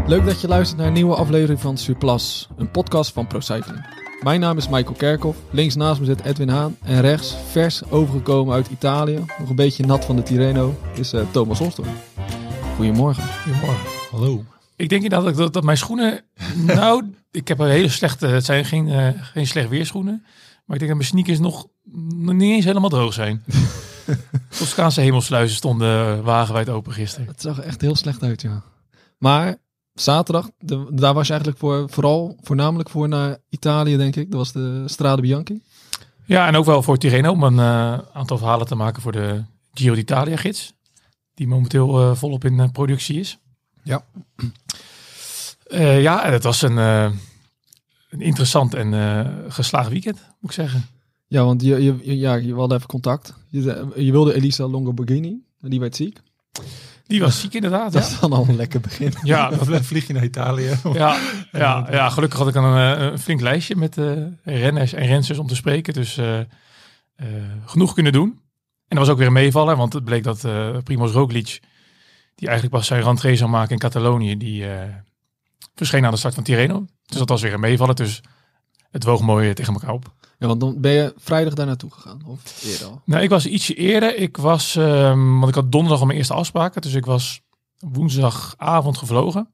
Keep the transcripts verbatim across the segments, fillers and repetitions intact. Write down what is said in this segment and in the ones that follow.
Leuk dat je luistert naar een nieuwe aflevering van Surplus, een podcast van ProCycling. Mijn naam is Michael Kerkhoff, links naast me zit Edwin Haan en rechts, vers overgekomen uit Italië, nog een beetje nat van de Tirreno, is uh, Thomas Holstorm. Goedemorgen. Goedemorgen. Hallo. Ik denk inderdaad dat, dat mijn schoenen, nou, ik heb een hele slechte, het zijn geen, uh, geen slecht weerschoenen, maar ik denk dat mijn sneakers nog, nog niet eens helemaal droog zijn. Toscaanse hemelsluizen stonden wagenwijd open gisteren. Het zag echt heel slecht uit, ja. Maar zaterdag, de, daar was je eigenlijk voor, vooral voornamelijk voor naar Italië, denk ik. Dat was de Strade Bianchi. Ja, en ook wel voor Tirreno om een uh, aantal verhalen te maken voor de Giro d'Italia gids. Die momenteel uh, volop in uh, productie is. Ja. Uh, ja, en het was een, uh, een interessant en uh, geslaagd weekend, moet ik zeggen. Ja, want je, je, ja, je hadden even contact. Je, je wilde Elisa Longoborghini, maar die werd ziek. Die was ziek inderdaad. Dat ja. is dan al een lekker begin. Ja, dan vlieg je naar Italië. Ja, ja, ja, gelukkig had ik dan een, een flink lijstje met uh, renners en rensters om te spreken. Dus uh, uh, genoeg kunnen doen. En dat was ook weer een meevaller, want het bleek dat uh, Primož Roglič, die eigenlijk pas zijn rentree zou maken in Catalonië, die uh, verscheen aan de start van Tirreno. Dus dat was weer een meevaller. Dus het woog mooi tegen elkaar op. Ja, want dan ben je vrijdag daar naartoe gegaan, of eerder al? Nou, ik was ietsje eerder. Ik was, um, want ik had donderdag al mijn eerste afspraken. Dus ik was woensdagavond gevlogen.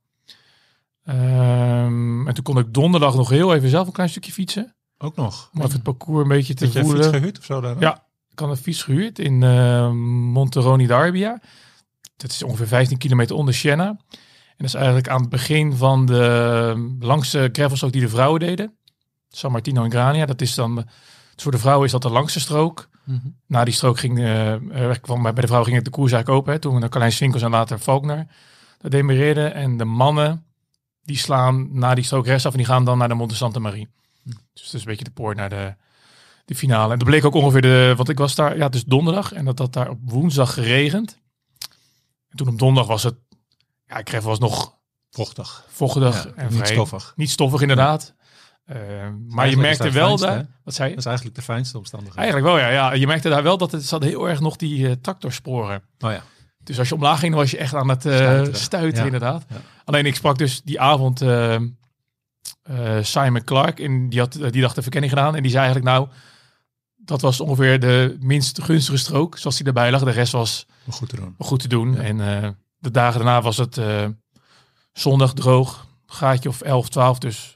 Um, en toen kon ik donderdag nog heel even zelf een klein stukje fietsen. Ook nog? Om even het parcours een beetje te voelen. Heb je voelen. een fiets gehuurd of zo daar? Ja, ik had een fiets gehuurd in uh, Monteroni d'Arbia. Dat is ongeveer vijftien kilometer onder Siena. En dat is eigenlijk aan het begin van de langste gravelstrook die de vrouwen deden. San Martino en Grania. Dat is dan, dus voor de vrouwen is dat de langste strook. Mm-hmm. Na die strook ging, uh, kwam, bij de vrouwen ging het de koers eigenlijk open. Hè. Toen Carlijn Swinkels en later Faulkner dat demereerden. En de mannen, die slaan na die strook rechtsaf en die gaan dan naar de Monte Santa Maria. Mm. Dus dat is een beetje de poort naar de, de finale. En dat bleek ook ongeveer de, want ik was daar, ja, dus donderdag. En dat had daar op woensdag geregend. En toen op donderdag was het, ja, ik kreeg was nog vochtig. Vochtig ja, en niet vrij, stoffig. Niet stoffig inderdaad. Uh, maar je merkte wel fijnste, daar, wat zei je? Dat is eigenlijk de fijnste omstandigheid. Eigenlijk wel, ja, ja. Je merkte daar wel dat het zat heel erg nog die uh, tractorsporen. Oh ja. Dus als je omlaag ging, dan was je echt aan het uh, stuiten, stuiten ja. inderdaad. Ja. Alleen ik sprak dus die avond uh, uh, Simon Clark en die had die dag de verkenning gedaan en die zei eigenlijk nou, dat was ongeveer de minst gunstige strook, zoals die erbij lag. De rest was goed te doen. Goed te doen. Ja. En uh, de dagen daarna was het uh, zondag droog, gaatje of elf, twaalf, dus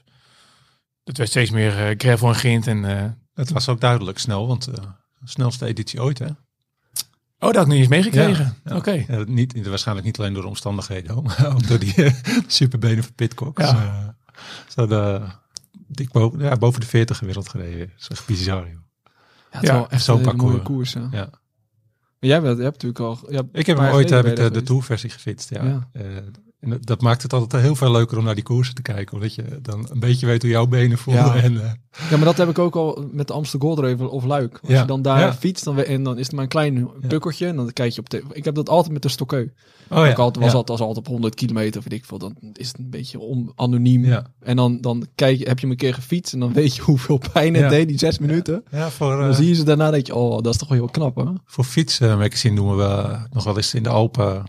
het werd steeds meer uh, gravel en grind. En, uh, het was ook duidelijk snel, want uh, de snelste editie ooit, hè? Oh, dat had ik niet eens meegekregen. Ja, ja. Oké. Okay. Ja, niet, waarschijnlijk niet alleen door de omstandigheden, maar ook door die uh, superbenen van Pidcock. Ja. Uh, ze hadden dik boven, ja, boven de veertig gemiddeld gereden. Dat is echt bizar, joh. Ja, het is ja, wel echt zo'n een mooie koers. Ja. Ja. Maar jij hebt, je hebt natuurlijk al... Je hebt ik heb hem ooit heb ik de, de Tourversie gefietst, ja. ja. Uh, En dat, dat maakt het altijd heel veel leuker om naar die koersen te kijken. Omdat je dan een beetje weet hoe jouw benen voelen. Ja, en, uh... ja maar dat heb ik ook al met de Amsterdam Gold Race of Luik. Als ja. je dan daar ja. fietst dan, en dan is het maar een klein pukkeltje. En dan kijk je op de... Ik heb dat altijd met de Stokkeu. Oh, ja. altijd, was ja. altijd, altijd op honderd kilometer, weet ik veel. Dan is het een beetje on, anoniem. Ja. En dan, dan kijk je, heb je hem een keer gefietst. En dan weet je hoeveel pijn het ja. deed, die zes minuten. Ja. Ja, voor, uh... dan zie je ze daarna, denk je, oh, dat is toch wel heel knap, hè? Voor fietsmagazine doen we uh, nog wel eens in de Alpen...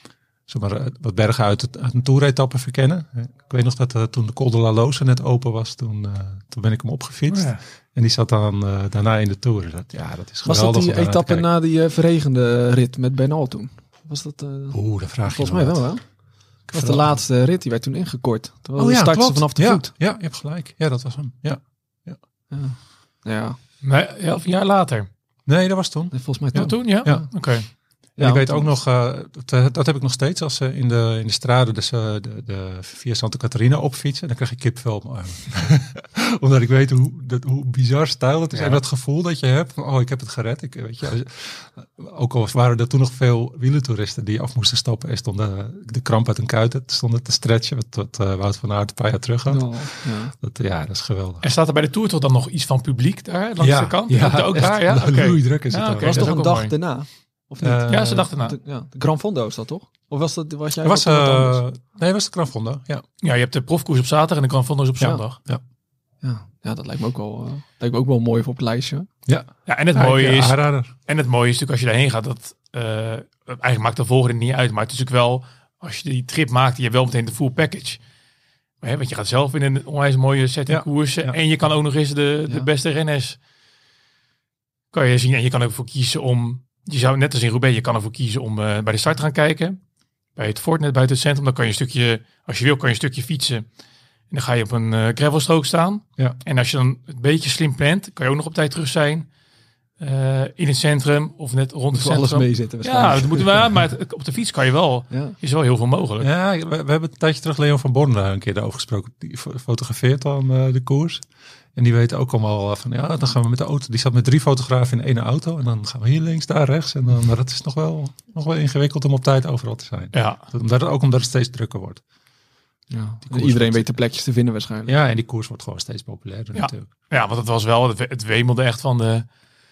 Zomaar wat bergen uit, het, uit een toeretappe verkennen. Ik weet nog dat uh, toen de Col de la Loze net open was, toen, uh, toen ben ik hem opgefietst. Oh ja. En die zat dan uh, daarna in de Tour. Dat, ja, dat is geweldig. Was dat die etappe na die uh, verregende rit met Bernal toen? Was dat? Uh, Oeh, dat vraag je volgens mij wel, hè? Dat was de laatste rit, die werd toen ingekort. Terwijl oh ja, startte ze vanaf de ja, voet. Ja, je hebt gelijk. Ja, dat was hem. Ja. Ja. ja. ja. Maar elf jaar later? Nee, dat was toen. Nee, volgens mij toen. Ja, toen, ja? ja. Oké. Okay. En ja, ik weet ook nog, uh, dat, dat heb ik nog steeds als uh, in de in de strade, dus uh, de, de via Santa Catarina opfietsen, dan krijg ik kipvel op mijn arm. Omdat ik weet hoe, dat, hoe bizar stijl het is ja. en dat gevoel dat je hebt van, oh, ik heb het gered. Ik, weet je, ook al waren er toen nog veel wielertoeristen die af moesten stappen en stonden de kramp uit hun kuiten, stonden te stretchen, wat, wat uh, Wout van Aert een paar jaar terug had. Oh, ja. Dat, ja, dat is geweldig. En staat er bij de Tour toch dan nog iets van publiek daar langs ja, de kant? Ja, ook echt, daar, ja? Okay. Loei druk is het. Ja, okay. Was toch een dag daarna? Of niet? Uh, ja, ze dachten na. De, ja, de Gran Fondo is dat toch? Of was dat was jij? Was, uh, nee, was de Gran Fondo. Ja. Ja, je hebt de profkoers op zaterdag en de Gran Fondo is op ja. zondag. Ja. Ja, ja, dat lijkt me ook wel, uh, lijkt me ook wel mooi voor op het lijstje. Ja, ja en het ja, mooie is, en het mooie is natuurlijk als je daarheen gaat, dat uh, eigenlijk maakt de volgende niet uit, maar het is natuurlijk wel als je die trip maakt, je hebt wel meteen de full package. Maar, hè, want je gaat zelf in een onwijs mooie setting ja, koersen. Ja. En je kan ook nog eens de, de ja. beste renners kan je zien. En je kan ervoor kiezen om, je zou net als in Roubaix, je kan ervoor kiezen om uh, bij de start te gaan kijken. Bij het fort net buiten het centrum, dan kan je een stukje, als je wil, kan je een stukje fietsen. En dan ga je op een uh, gravelstrook staan. Ja. En als je dan een beetje slim plant, kan je ook nog op tijd terug zijn. Uh, in het centrum of net rond het centrum. Alles meezitten. Ja, dat moeten we. Maar het, op de fiets kan je wel. Ja. Is wel heel veel mogelijk. Ja, we, we hebben een tijdje terug Leon van Born een keer daarover gesproken. Die fotografeert dan uh, de koers. En die weet ook allemaal van, ja, dan gaan we met de auto. Die zat met drie fotografen in één auto. En dan gaan we hier links, daar rechts. En dan, maar dat is nog wel, nog wel ingewikkeld om op tijd overal te zijn. Ja. Omdat het, ook omdat het steeds drukker wordt. Ja. Iedereen weet de plekjes te vinden waarschijnlijk. Ja, en die koers wordt gewoon steeds populairder ja. natuurlijk. Ja, want het was wel, het, het wemelde echt van de...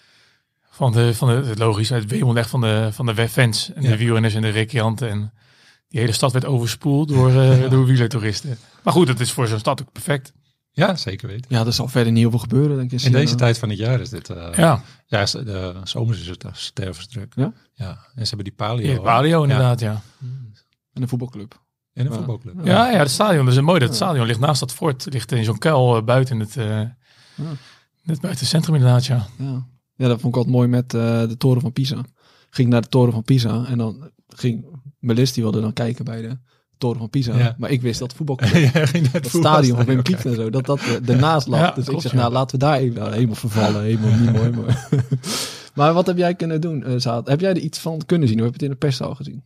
Van de, van de, logisch, het wemelde echt van de, van de fans en ja. de wielrenners en de recreanten. En die hele stad werd overspoeld door, uh, ja. door wielertoeristen. Maar goed, het is voor zo'n stad ook perfect. Ja, zeker weten. Ja, er zal verder niet heel veel gebeuren, denk ik. In deze uh, tijd van het jaar is dit... Uh, ja. Ja, de zomers is het stervensdruk. Ja? Ja, en ze hebben die Palio. Ja, Palio inderdaad, ja. ja. En een voetbalclub. En een ja. voetbalclub. Ja, ja, het stadion, dat is mooi. Dat ja. stadion ligt naast dat fort. Ligt in zo'n kuil uh, buiten het, uh, ja. net buiten het centrum inderdaad, ja. Ja. Ja, dat vond ik altijd mooi met uh, de toren van Pisa. Ging naar de toren van Pisa en dan ging Melis, die wilde dan kijken bij de toren van Pisa. Ja. Maar ik wist dat voetbalclub, ja, ging het stadion van Wim Kieft en zo, dat dat uh, ernaast lag. Ja, dus ik zeg, ja. nou laten we daar even, nou, helemaal vervallen, helemaal niet mooi. Maar, maar wat heb jij kunnen doen, uh, Saad? Heb jij er iets van kunnen zien? Hoe heb je het in de perszaal gezien?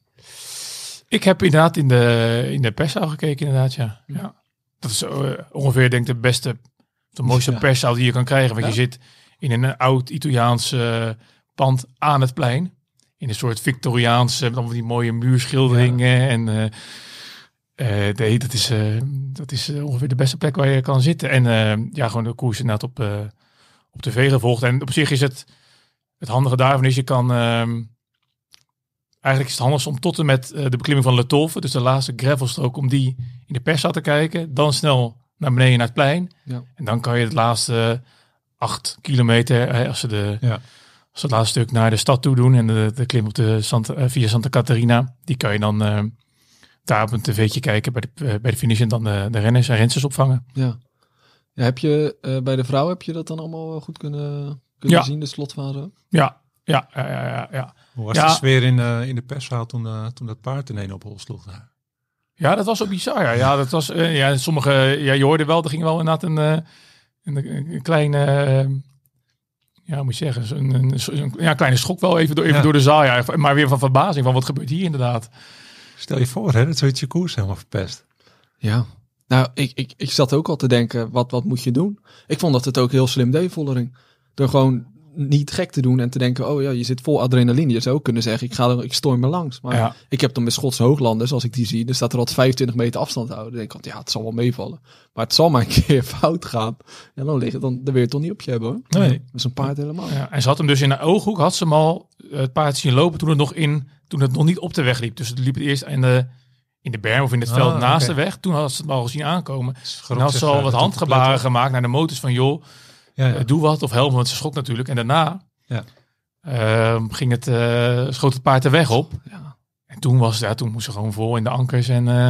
Ik heb inderdaad in de, in de perszaal gekeken, inderdaad, ja. ja. Dat is uh, ongeveer, denk ik, de beste, de mooiste ja. perszaal die je kan krijgen. Want ja. je zit in een oud Italiaans uh, pand aan het plein. In een soort Victoriaanse, met allemaal die mooie muurschilderingen. Ja. En uh, uh, nee, dat is, uh, dat is uh, ongeveer de beste plek waar je kan zitten. En uh, ja, gewoon de koers inderdaad op, uh, op tv gevolgd. En op zich is het, het handige daarvan is, je kan... Uh, eigenlijk is het handigst om tot en met uh, de beklimming van Le Tolfe, dus de laatste gravelstrook, om die in de perszaal te kijken. Dan snel naar beneden naar het plein. Ja. En dan kan je het laatste acht kilometer, als ze de, ja. als ze het laatste stuk naar de stad toe doen en de, de klim op de Santa, uh, via Santa Caterina, die kan je dan uh, daar op een tv'tje kijken bij de, uh, bij de finish en dan de, de renners en rensters opvangen. Ja. Ja, heb je uh, bij de vrouw heb je dat dan allemaal goed kunnen, kunnen ja. zien, de slotfase? Ja, ja, ja, ja, ja. ja. Hoe was ja. de sfeer in, uh, in de perszaal toen, uh, toen dat paard ineens op hol sloeg? Ja, dat was zo bizar. Ja, ja dat was. Uh, ja, sommige. Ja, je hoorde wel. Er ging wel inderdaad een, uh, een, een kleine. Uh, ja, moet je zeggen, een, een, een ja, kleine schok wel even door, even ja. door de zaal. Ja, maar weer van verbazing van wat gebeurt hier inderdaad. Stel je voor, hè, dat zoiets je koers helemaal verpest. Ja. Nou, ik, ik, ik zat ook al te denken, wat, wat moet je doen? Ik vond dat het ook heel slim deed, Vollering. Door gewoon niet gek te doen en te denken, oh ja, je zit vol adrenaline. Je zou ook kunnen zeggen, ik ga er, ik storm me langs. Maar ja. ik heb dan met Schotse hooglanders, als ik die zie, dan staat er altijd vijfentwintig meter afstand houden. Dan denk ik, ja, het zal wel meevallen. Maar het zal maar een keer fout gaan. En dan ligt het, dan, dan wil je het toch niet op je hebben, hoor. Nee. Dat is een paard helemaal. Ja, en ze had hem dus in de ooghoek, had ze hem al het paard zien lopen toen het nog in, toen het nog niet op de weg liep. Dus het liep het eerst in de, in de berm of in het ah, veld naast okay. de weg. Toen had ze het al zien aankomen. En had ze al wat handgebaren gemaakt naar de motors van, joh, ja, ja. doe wat of help, want ze schrok natuurlijk. En daarna ja. uh, ging het, uh, schoot het paard de weg op. Ja. En toen was ja, toen moest ze gewoon vol in de ankers. En uh,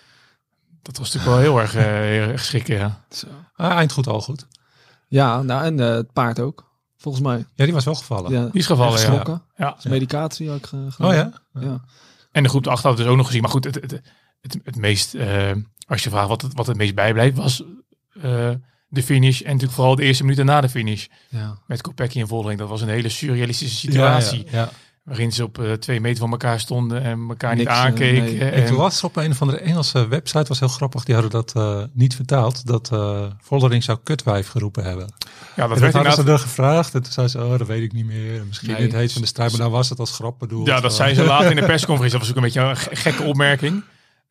dat was natuurlijk wel heel erg, uh, heel erg schrikken. Ja. Zo. Ah, eind goed, al goed. Ja, nou en uh, het paard ook, volgens mij. Ja, die was wel gevallen. Ja, die is gevallen, ja. ja. ja. Dus medicatie ook uh, Oh ja? ja? Ja. En de groep achter had dus ook nog gezien. Maar goed, het, het, het, het meest, uh, als je vraagt wat het, wat het meest bijblijft, was... Uh, de finish en natuurlijk vooral de eerste minuten na de finish. Ja. Met Kopecky en Vollering. Dat was een hele surrealistische situatie. Ja, ja, ja. Waarin ze op uh, twee meter van elkaar stonden en elkaar Niks, niet aankeken. Nee. En... Ik las op een of andere Engelse website, was heel grappig, die hadden dat uh, niet vertaald, dat uh, Vollering zou kutwijf geroepen hebben. Ja, dat en werd hadden ze er gevraagd en toen zei ze, oh, dat weet ik niet meer. Misschien nee. het heet van de strijd, maar nou was het als grap bedoeld. Ja, dat zei ze later in de persconferentie. Dat was ook een beetje een gekke opmerking.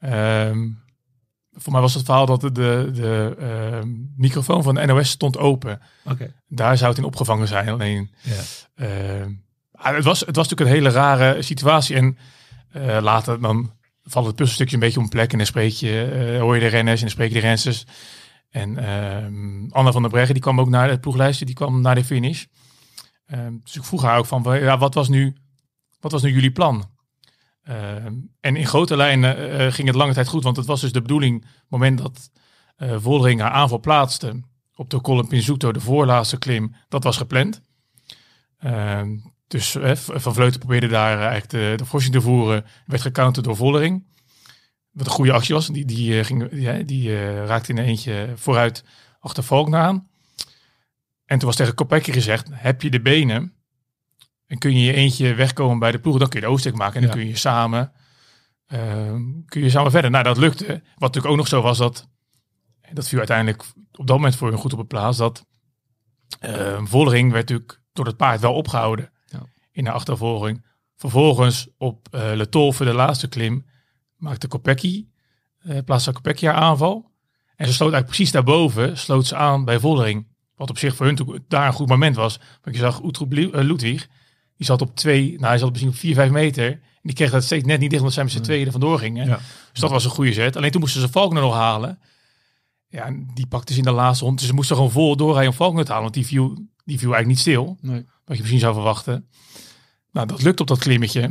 Um, Voor mij was het verhaal dat de, de, de uh, microfoon van de N O S stond open. Okay. Daar zou het in opgevangen zijn. Alleen, ja. uh, het, was, het was natuurlijk een hele rare situatie. En uh, later dan vallen het puzzelstukjes een beetje op plek. En dan spreek je, uh, hoor je de renners en dan spreek je de rensters. En uh, Anna van der Breggen, die kwam ook naar het ploeglijstje. Die kwam naar de finish. Uh, dus ik vroeg haar ook van, ja, wat was nu, wat was nu jullie plan? Uh, en in grote lijnen uh, ging het lange tijd goed, want het was dus de bedoeling, op het moment dat uh, Vollering haar aanval plaatste op de Col Pinzuto, de voorlaatste klim, dat was gepland. Uh, dus uh, Van Vleuten probeerde daar uh, eigenlijk de, de forcing te voeren, werd gecounterd door Vollering. Wat een goede actie was, die, die, uh, ging, die, die uh, raakte in een eentje vooruit achter Valkner aan. En toen was tegen Kopecky gezegd, heb je de benen en kun je je eentje wegkomen bij de ploeg, dan kun je de oversteek maken en dan ja. kun je samen uh, kun je samen verder. Nou, dat lukte. Wat natuurlijk ook nog zo was, dat dat viel uiteindelijk op dat moment voor hun goed op de plaats, dat uh, Vollering werd natuurlijk door het paard wel opgehouden ja. in de achtervolging. Vervolgens op uh, Le Tolfe, de laatste klim, maakte Kopecky, uh, plaatste Kopecky haar aanval. En ze sloot eigenlijk precies daarboven, sloot ze aan bij Vollering. Wat op zich voor hun daar een goed moment was. Want je zag Uttrup Ludwig, die zat op twee, nou hij zat misschien op vier, vijf meter. En die kreeg dat steeds net niet dicht, omdat zij met z'n tweeën er vandoor gingen. Ja. Dus dat was een goede zet. Alleen toen moesten ze Valkner nog halen. Ja, en die pakte ze in de laatste hond. Dus ze moesten gewoon vol doorrijden om Valkner te halen. Want die viel, die viel eigenlijk niet stil. Nee. Wat je misschien zou verwachten. Nou, dat lukt op dat klimmetje.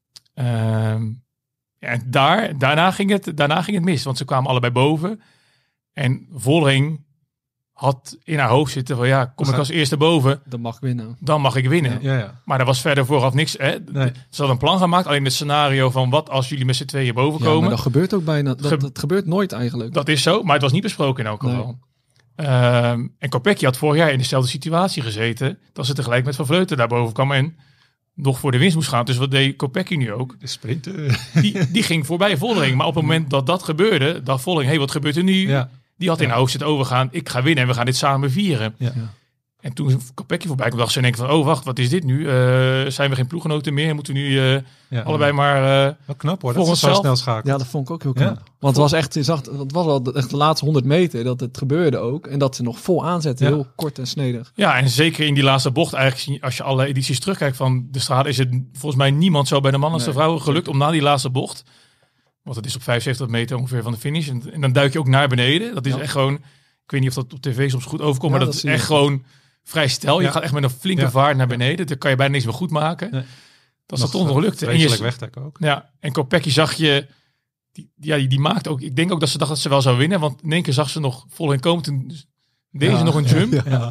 Um, ja, en daar, daarna, ging het, daarna ging het mis. Want ze kwamen allebei boven. En Vollering had in haar hoofd zitten van ja, kom ik als eerste boven. Dan mag ik winnen. Dan mag ik winnen. Ja, ja. Maar er was verder vooraf niks. Hè? Nee. Ze hadden een plan gemaakt. Alleen het scenario van wat als jullie met z'n tweeën boven komen. Ja, maar dat gebeurt ook bijna. Dat, Ge- dat gebeurt nooit eigenlijk. Dat is zo, maar het was niet besproken in elk geval. Nee. Um, en Kopecky had vorig jaar in dezelfde situatie gezeten. Dat ze tegelijk met Van Vleuten daarboven kwam en nog voor de winst moest gaan. Dus wat deed Kopecky nu ook? De sprinten. Die, die ging voorbij Vollering. Maar op het moment dat dat gebeurde, dacht Vollering, hé, hey, wat gebeurt er nu? Ja. Die had in ja. haar hoofd zitten overgaan. Ik ga winnen en we gaan dit samen vieren. Ja. En toen Kopecky voorbij kwam, dacht ze denk van, oh wacht, wat is dit nu? Uh, zijn we geen ploeggenoten meer? Moeten we nu uh, ja. allebei maar... Uh, Wat knap hoor, dat is zo snel schakelen. Ja, dat vond ik ook heel knap. Ja. Want het was echt, je zag, het was al echt de laatste honderd meter dat het gebeurde ook. En dat ze nog vol aanzetten, ja. heel kort en snedig. Ja, en zeker in die laatste bocht eigenlijk, als je alle edities terugkijkt van de straat, is het volgens mij niemand zo bij de mannen als nee. de vrouwen gelukt om na die laatste bocht, want het is op vijfenzeventig meter ongeveer van de finish. En, en dan duik je ook naar beneden. Dat is ja. echt gewoon, ik weet niet of dat op tv soms goed overkomt, ja, maar dat, dat is echt gewoon vrij stijl. Je ja. gaat echt met een flinke ja. vaart naar beneden. Dan kan je bijna niks meer goed maken. Nee. Dat is dat toch nog lukte. En je wegdekken ook. Ja, en Kopecky zag je, die, ja, die, die maakte ook, ik denk ook dat ze dacht dat ze wel zou winnen, want in één keer zag ze nog vol in komen. Toen deed ja. ze nog een jump. Ja. Ja.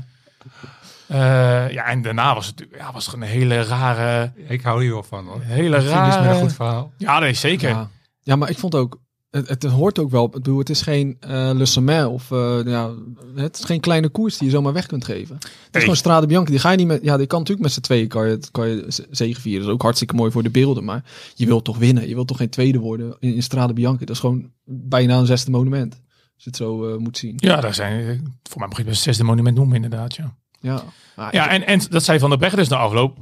Uh, ja, en daarna was het, ja, was het een hele rare... Ik hou hier wel van, hoor. Hele rare... Het is met een goed verhaal. Ja, nee, zeker. Ja. Ja, maar ik vond ook, het, het hoort ook wel, ik bedoel, het is geen uh, Le Sommet of uh, ja, het is geen kleine koers die je zomaar weg kunt geven. Het is nee. gewoon Strade Bianca, die ga je niet met, ja, die kan natuurlijk met z'n tweeën, kan je, kan je zegevieren. Dat is ook hartstikke mooi voor de beelden, maar je wilt toch winnen, je wilt toch geen tweede worden in, in Strade Bianca. Dat is gewoon bijna een zesde monument, als je het zo uh, moet zien. Ja, daar zijn, voor mij mag je het een zesde monument noemen inderdaad, ja. Ja, ah, ja en, en dat zei Van der Breggen dus na afloop.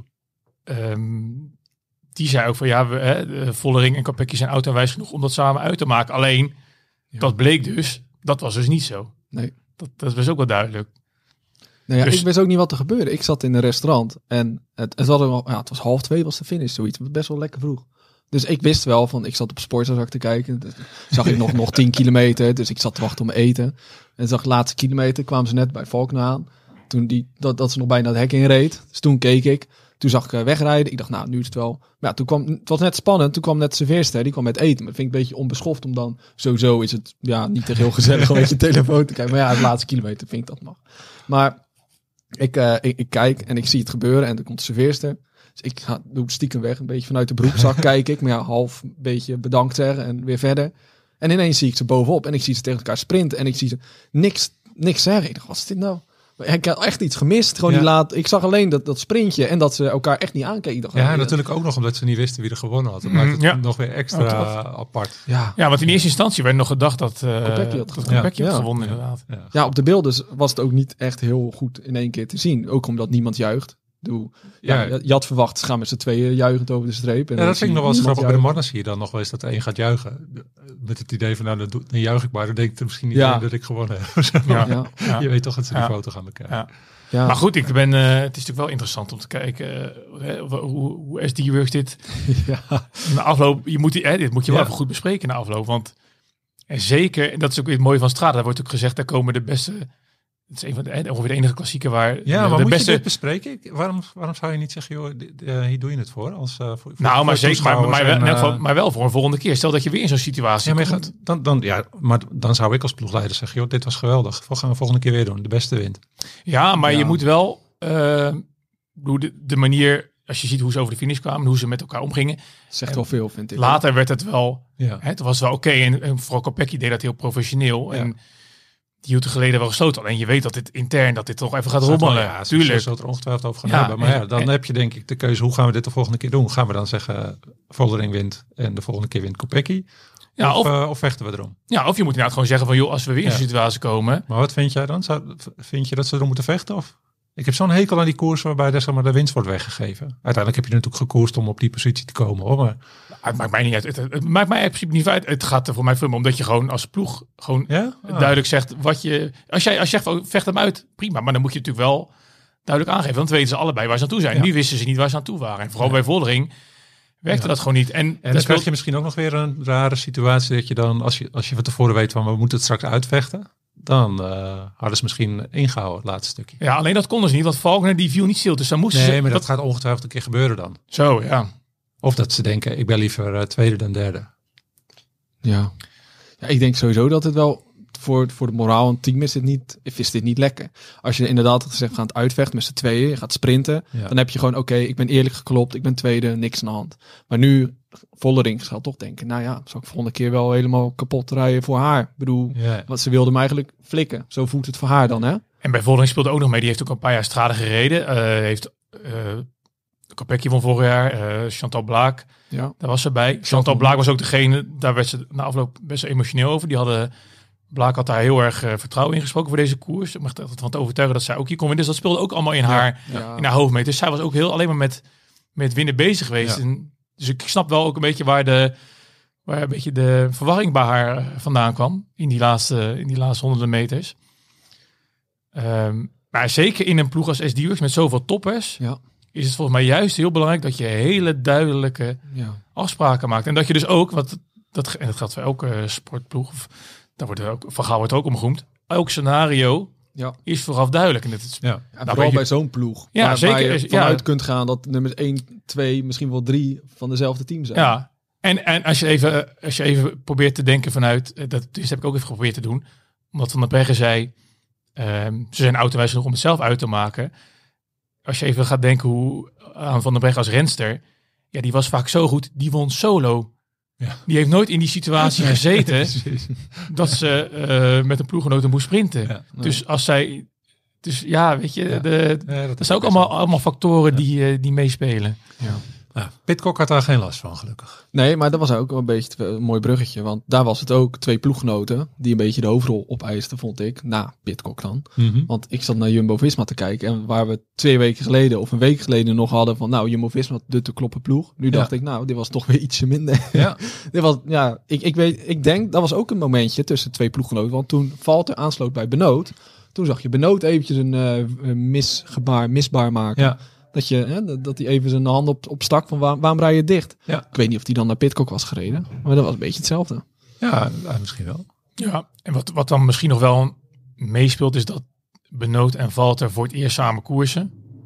Um, Die zei ook van ja, we, hè, Vollering en Kopecky zijn oud en wijs genoeg om dat samen uit te maken. Alleen, ja. dat bleek dus, dat was dus niet zo. Nee. Dat, dat was ook wel duidelijk. Nou ja, dus, ik wist ook niet wat er gebeurde. Ik zat in een restaurant en het, het, wel, ja, het was half twee was de finish, zoiets. Best wel lekker vroeg. Dus ik wist wel van, ik zat op Sportza te kijken. Dus zag ik nog, nog tien kilometer, dus ik zat te wachten om eten. En zag de laatste kilometer, kwamen ze net bij Valkner aan. Toen die, dat, dat ze nog bijna het hek inreed. Dus toen keek ik. Toen zag ik uh, wegrijden. Ik dacht, nou, nu is het wel. Maar ja, toen kwam, het was net spannend. Toen kwam net de serveerster, die kwam met eten. Maar dat vind ik een beetje onbeschoft om dan, sowieso is het ja niet echt heel gezellig om met je telefoon te kijken. Maar ja, het laatste kilometer vind ik dat mag. Maar ik, uh, ik, ik kijk en ik zie het gebeuren en dan komt de serveerster. Dus ik ga, doe stiekem weg, een beetje vanuit de broekzak kijk ik. Maar ja, half een beetje bedankt zeggen en weer verder. En ineens zie ik ze bovenop en ik zie ze tegen elkaar sprinten. En ik zie ze niks, niks zeggen. Ik dacht, wat is dit nou? Ik had echt iets gemist. Gewoon ja. die laat, ik zag alleen dat, dat sprintje en dat ze elkaar echt niet aankeken. Dacht, ja, natuurlijk ook nog omdat ze niet wisten wie er gewonnen had. Dat maakt het ja. nog weer extra oh, apart. Ja. ja, want in eerste instantie werd nog gedacht dat uh, Kopecky had, dat Kopecky ja. had gewonnen inderdaad. Ja. ja, op de beelden was het ook niet echt heel goed in één keer te zien. Ook omdat niemand juicht. Doe, ja, ja. Je had verwacht, ze gaan met z'n tweeën juichend over de streep. En ja, dat vind ik nog wel eens grappig. Bij de mannen zie je dan nog wel eens dat één gaat juichen. Met het idee van, nou, dan, dan juich ik maar. Dan denk ik er misschien niet ja. dat ik gewonnen heb. Ja. Ja. Ja. Je weet toch dat ze die ja. foto gaan bekijken. Ja. Ja. Maar goed, ik ben, uh, het is natuurlijk wel interessant om te kijken uh, hoe, hoe S D works dit. Ja. Na afloop, je moet die, hè, dit moet je wel ja. even goed bespreken na afloop. Want en zeker, en dat is ook weer het mooie van Strade, daar wordt ook gezegd, daar komen de beste, Het is een van de, ongeveer de enige klassieker waar ja, de, maar de moet beste... je dit bespreken? Waarom, waarom zou je niet zeggen, joh, dit, uh, hier doe je het voor? Als, uh, voor, voor nou, maar, zeker, maar, maar, en, uh, wel, maar wel voor een volgende keer. Stel dat je weer in zo'n situatie ja, maar komt. Gaat, dan, dan, ja, maar dan zou ik als ploegleider zeggen, joh, dit was geweldig. We gaan we volgende keer weer doen. De beste wint. Ja, maar ja. je moet wel uh, de, de manier... Als je ziet hoe ze over de finish kwamen, hoe ze met elkaar omgingen. Zegt wel veel, vind ik. Later hè? werd het wel... Ja. Hè, het was wel oké. Okay. En, en vooral Kopecky deed dat heel professioneel. Ja. En die hield er geleden wel gesloten. Alleen je weet dat dit intern, dat dit toch even gaat rommelen. Ja, tuurlijk. Zo er ongetwijfeld over gaan ja, hebben. Maar en, ja, dan en, heb je denk ik de keuze, hoe gaan we dit de volgende keer doen? Gaan we dan zeggen, Vollering wint en de volgende keer wint Kopecky? Ja, of, of, uh, of vechten we erom? Ja, of je moet inderdaad gewoon zeggen van, joh, als we weer in ja. zo'n situatie komen... Maar wat vind jij dan? Zou, vind je dat ze erom moeten vechten of... Ik heb zo'n hekel aan die koers waarbij de, zeg maar, de winst wordt weggegeven. Uiteindelijk heb je natuurlijk gekoerst om op die positie te komen. Hoor. Maar... Het maakt mij niet uit. Het, het, het maakt mij in principe niet uit. Het gaat er voor mij veel meer omdat je gewoon als ploeg gewoon ja? ah. duidelijk zegt wat je... Als jij als je zegt, van, vecht hem uit, prima. Maar dan moet je natuurlijk wel duidelijk aangeven. Want weten ze allebei waar ze aan toe zijn. Ja. Nu wisten ze niet waar ze aan toe waren. En vooral ja. bij Vollering werkte ja. dat gewoon niet. En, en dan speelt... krijg je misschien ook nog weer een rare situatie dat je dan, als je, als je van tevoren weet van we moeten het straks uitvechten... Dan uh, hadden ze misschien ingehouden, het laatste stukje. Ja, alleen dat konden ze niet, want Valkner die viel niet stil. Dus dan moesten nee, ze... maar dat, dat gaat ongetwijfeld een keer gebeuren dan. Zo, ja. Of dat ze denken, ik ben liever uh, tweede dan derde. Ja. ja, ik denk sowieso dat het wel voor, voor het moraal en team is dit niet, is dit niet lekker. Als je inderdaad gezegd, we gaan het uitvechten met z'n tweeën, je gaat sprinten, ja. dan heb je gewoon, oké, okay, ik ben eerlijk geklopt, ik ben tweede, niks aan de hand. Maar nu, Vollering zal toch denken, nou ja, zal ik volgende keer wel helemaal kapot rijden voor haar. Ik bedoel, ja. wat ze wilde me eigenlijk flikken. Zo voelt het voor haar dan, hè? En bij Vollering speelde ook nog mee, die heeft ook een paar jaar Strade gereden. Uh, heeft uh, Kopecky van vorig jaar, uh, Chantal Blaak, ja. daar was ze bij. Chantal Blaak was ook degene, daar werd ze na afloop best emotioneel over. Die hadden... Blaak had daar heel erg uh, vertrouwen in gesproken voor deze koers. Ik mag er van te overtuigen dat zij ook hier kon winnen. Dus dat speelde ook allemaal in haar, ja, ja. in haar hoofd mee. Dus zij was ook heel alleen maar met, met winnen bezig geweest. Ja. En, dus ik snap wel ook een beetje waar de, waar een beetje de verwarring bij haar uh, vandaan kwam. In die laatste, in die laatste honderden meters. Um, maar zeker in een ploeg als S D Works met zoveel toppers... Ja. is het volgens mij juist heel belangrijk dat je hele duidelijke ja. afspraken maakt. En dat je dus ook, wat dat, en dat geldt voor elke uh, sportploeg... Of, daar wordt er ook, van Gaal wordt ook omgeroemd. Elk scenario ja. is vooraf duidelijk. En het is, ja. Ja, nou, vooral je, bij zo'n ploeg. Ja, waar, zeker. waar je vanuit ja. kunt gaan dat nummers één, twee, misschien wel drie van dezelfde team zijn. Ja, en, en als, je even, als je even probeert te denken vanuit... Dat dus heb ik ook even geprobeerd te doen. Omdat Van der Breggen zei... Um, ze zijn autowijs nog om het zelf uit te maken. Als je even gaat denken hoe aan Van der Breggen als renster... Ja, die was vaak zo goed. Die won solo... Ja. Die heeft nooit in die situatie gezeten dat ze uh, met een ploeggenoot moest sprinten. Ja, nee. Dus als zij, dus ja, weet je, ja. De, ja, dat, dat zijn ook allemaal, allemaal factoren ja. die, uh, die meespelen. Ja. Ja, Pidcock had daar geen last van, gelukkig. Nee, maar dat was ook een beetje een mooi bruggetje. Want daar was het ook twee ploeggenoten die een beetje de hoofdrol opeisten, vond ik. Na Pidcock dan. Mm-hmm. Want ik zat naar Jumbo-Visma te kijken. En waar we twee weken geleden of een week geleden nog hadden van... Nou, Jumbo-Visma, de te kloppen ploeg. Nu ja. dacht ik, nou, dit was toch weer ietsje minder. Ja. dit was, ja, ik, ik weet, ik denk, dat was ook een momentje tussen twee ploeggenoten. Want toen Valter aansloot bij Benoot. Toen zag je Benoot eventjes een uh, misgebaar, misbaar maken. Ja. Dat je hè, dat hij even zijn hand op, op stak van waar, waarom rij je dicht? Ja. Ik weet niet of hij dan naar Pidcock was gereden, maar dat was een beetje hetzelfde. Ja, misschien wel. Ja, en wat, wat dan misschien nog wel meespeelt is dat Benoot en Valter voor het eerst samen koersen.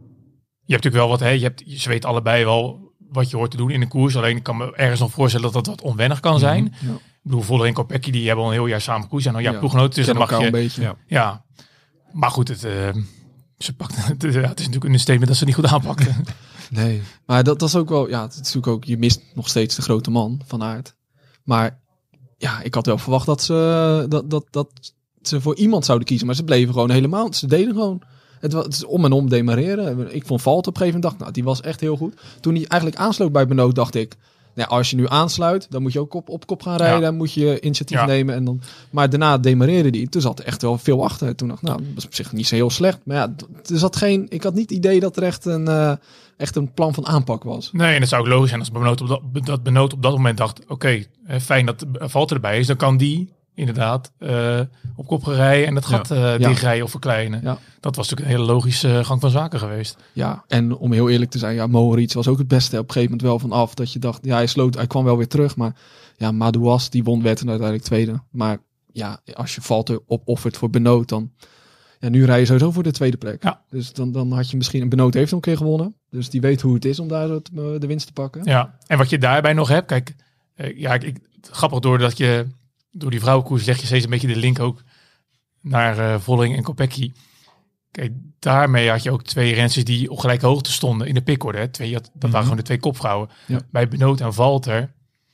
Je hebt natuurlijk wel wat, hè, je hebt, ze weten allebei wel wat je hoort te doen in een koers. Alleen ik kan me ergens nog voorstellen dat dat wat onwennig kan zijn. Mm-hmm, ja. Ik bedoel, Vollering en Kopecky, die hebben al een heel jaar samen koersen. En al ja, ja ploeggenoten, dus dan mag je... een beetje. Ja. ja, maar goed, het... Uh, Ze pakte, het, is, ja, het is natuurlijk een statement dat ze niet goed aanpakten. Nee, maar dat, dat is ook wel, ja, het is natuurlijk ook, je mist nog steeds de grote man van Aert. Maar ja, ik had wel verwacht dat ze, dat, dat, dat ze voor iemand zouden kiezen, maar ze bleven gewoon helemaal, ze deden gewoon, het was het is om en om demareren. Ik vond Valter op een gegeven moment, nou, die was echt heel goed. Toen hij eigenlijk aansloot bij Benoot, dacht ik, nou, als je nu aansluit, dan moet je ook op, op kop gaan rijden. Ja. Dan moet je initiatief ja. nemen. En dan, maar daarna demareerde die. Toen zat er echt wel veel achter. Toen dacht ik, nou, dat was op zich niet zo heel slecht. Maar ja, er zat geen, ik had niet het idee dat er echt een, uh, echt een plan van aanpak was. Nee, en het zou ook logisch zijn als Benoot op dat, dat, Benoot op dat moment dacht... Oké, okay, fijn dat Valter erbij is. Dan kan die inderdaad uh, op kop gaan rijden en het gat uh, ja. dichtrijden of verkleinen. Ja. Dat was natuurlijk een hele logische gang van zaken geweest. Ja, en om heel eerlijk te zijn, ja, Mohoric was ook het beste op een gegeven moment wel vanaf. Dat je dacht, ja, hij sloot, hij kwam wel weer terug. Maar ja, Madouas, die won, werd en uiteindelijk tweede. Maar ja, als je Valter opoffert voor Benoot, dan... Ja, nu rij je sowieso voor de tweede plek. Ja. Dus dan, dan had je misschien... Een Benoot heeft al een keer gewonnen. Dus die weet hoe het is om daar het, de winst te pakken. Ja, en wat je daarbij nog hebt... Kijk, uh, ja, ik, grappig doordat je... Door die vrouwenkoers leg je steeds een beetje de link ook... naar uh, Vollering en Kopecky. Kijk, daarmee had je ook twee rensters die op gelijke hoogte stonden in de pickorde. Hè. Twee, dat mm-hmm. waren gewoon de twee kopvrouwen. Ja. Bij Benoot en Valter.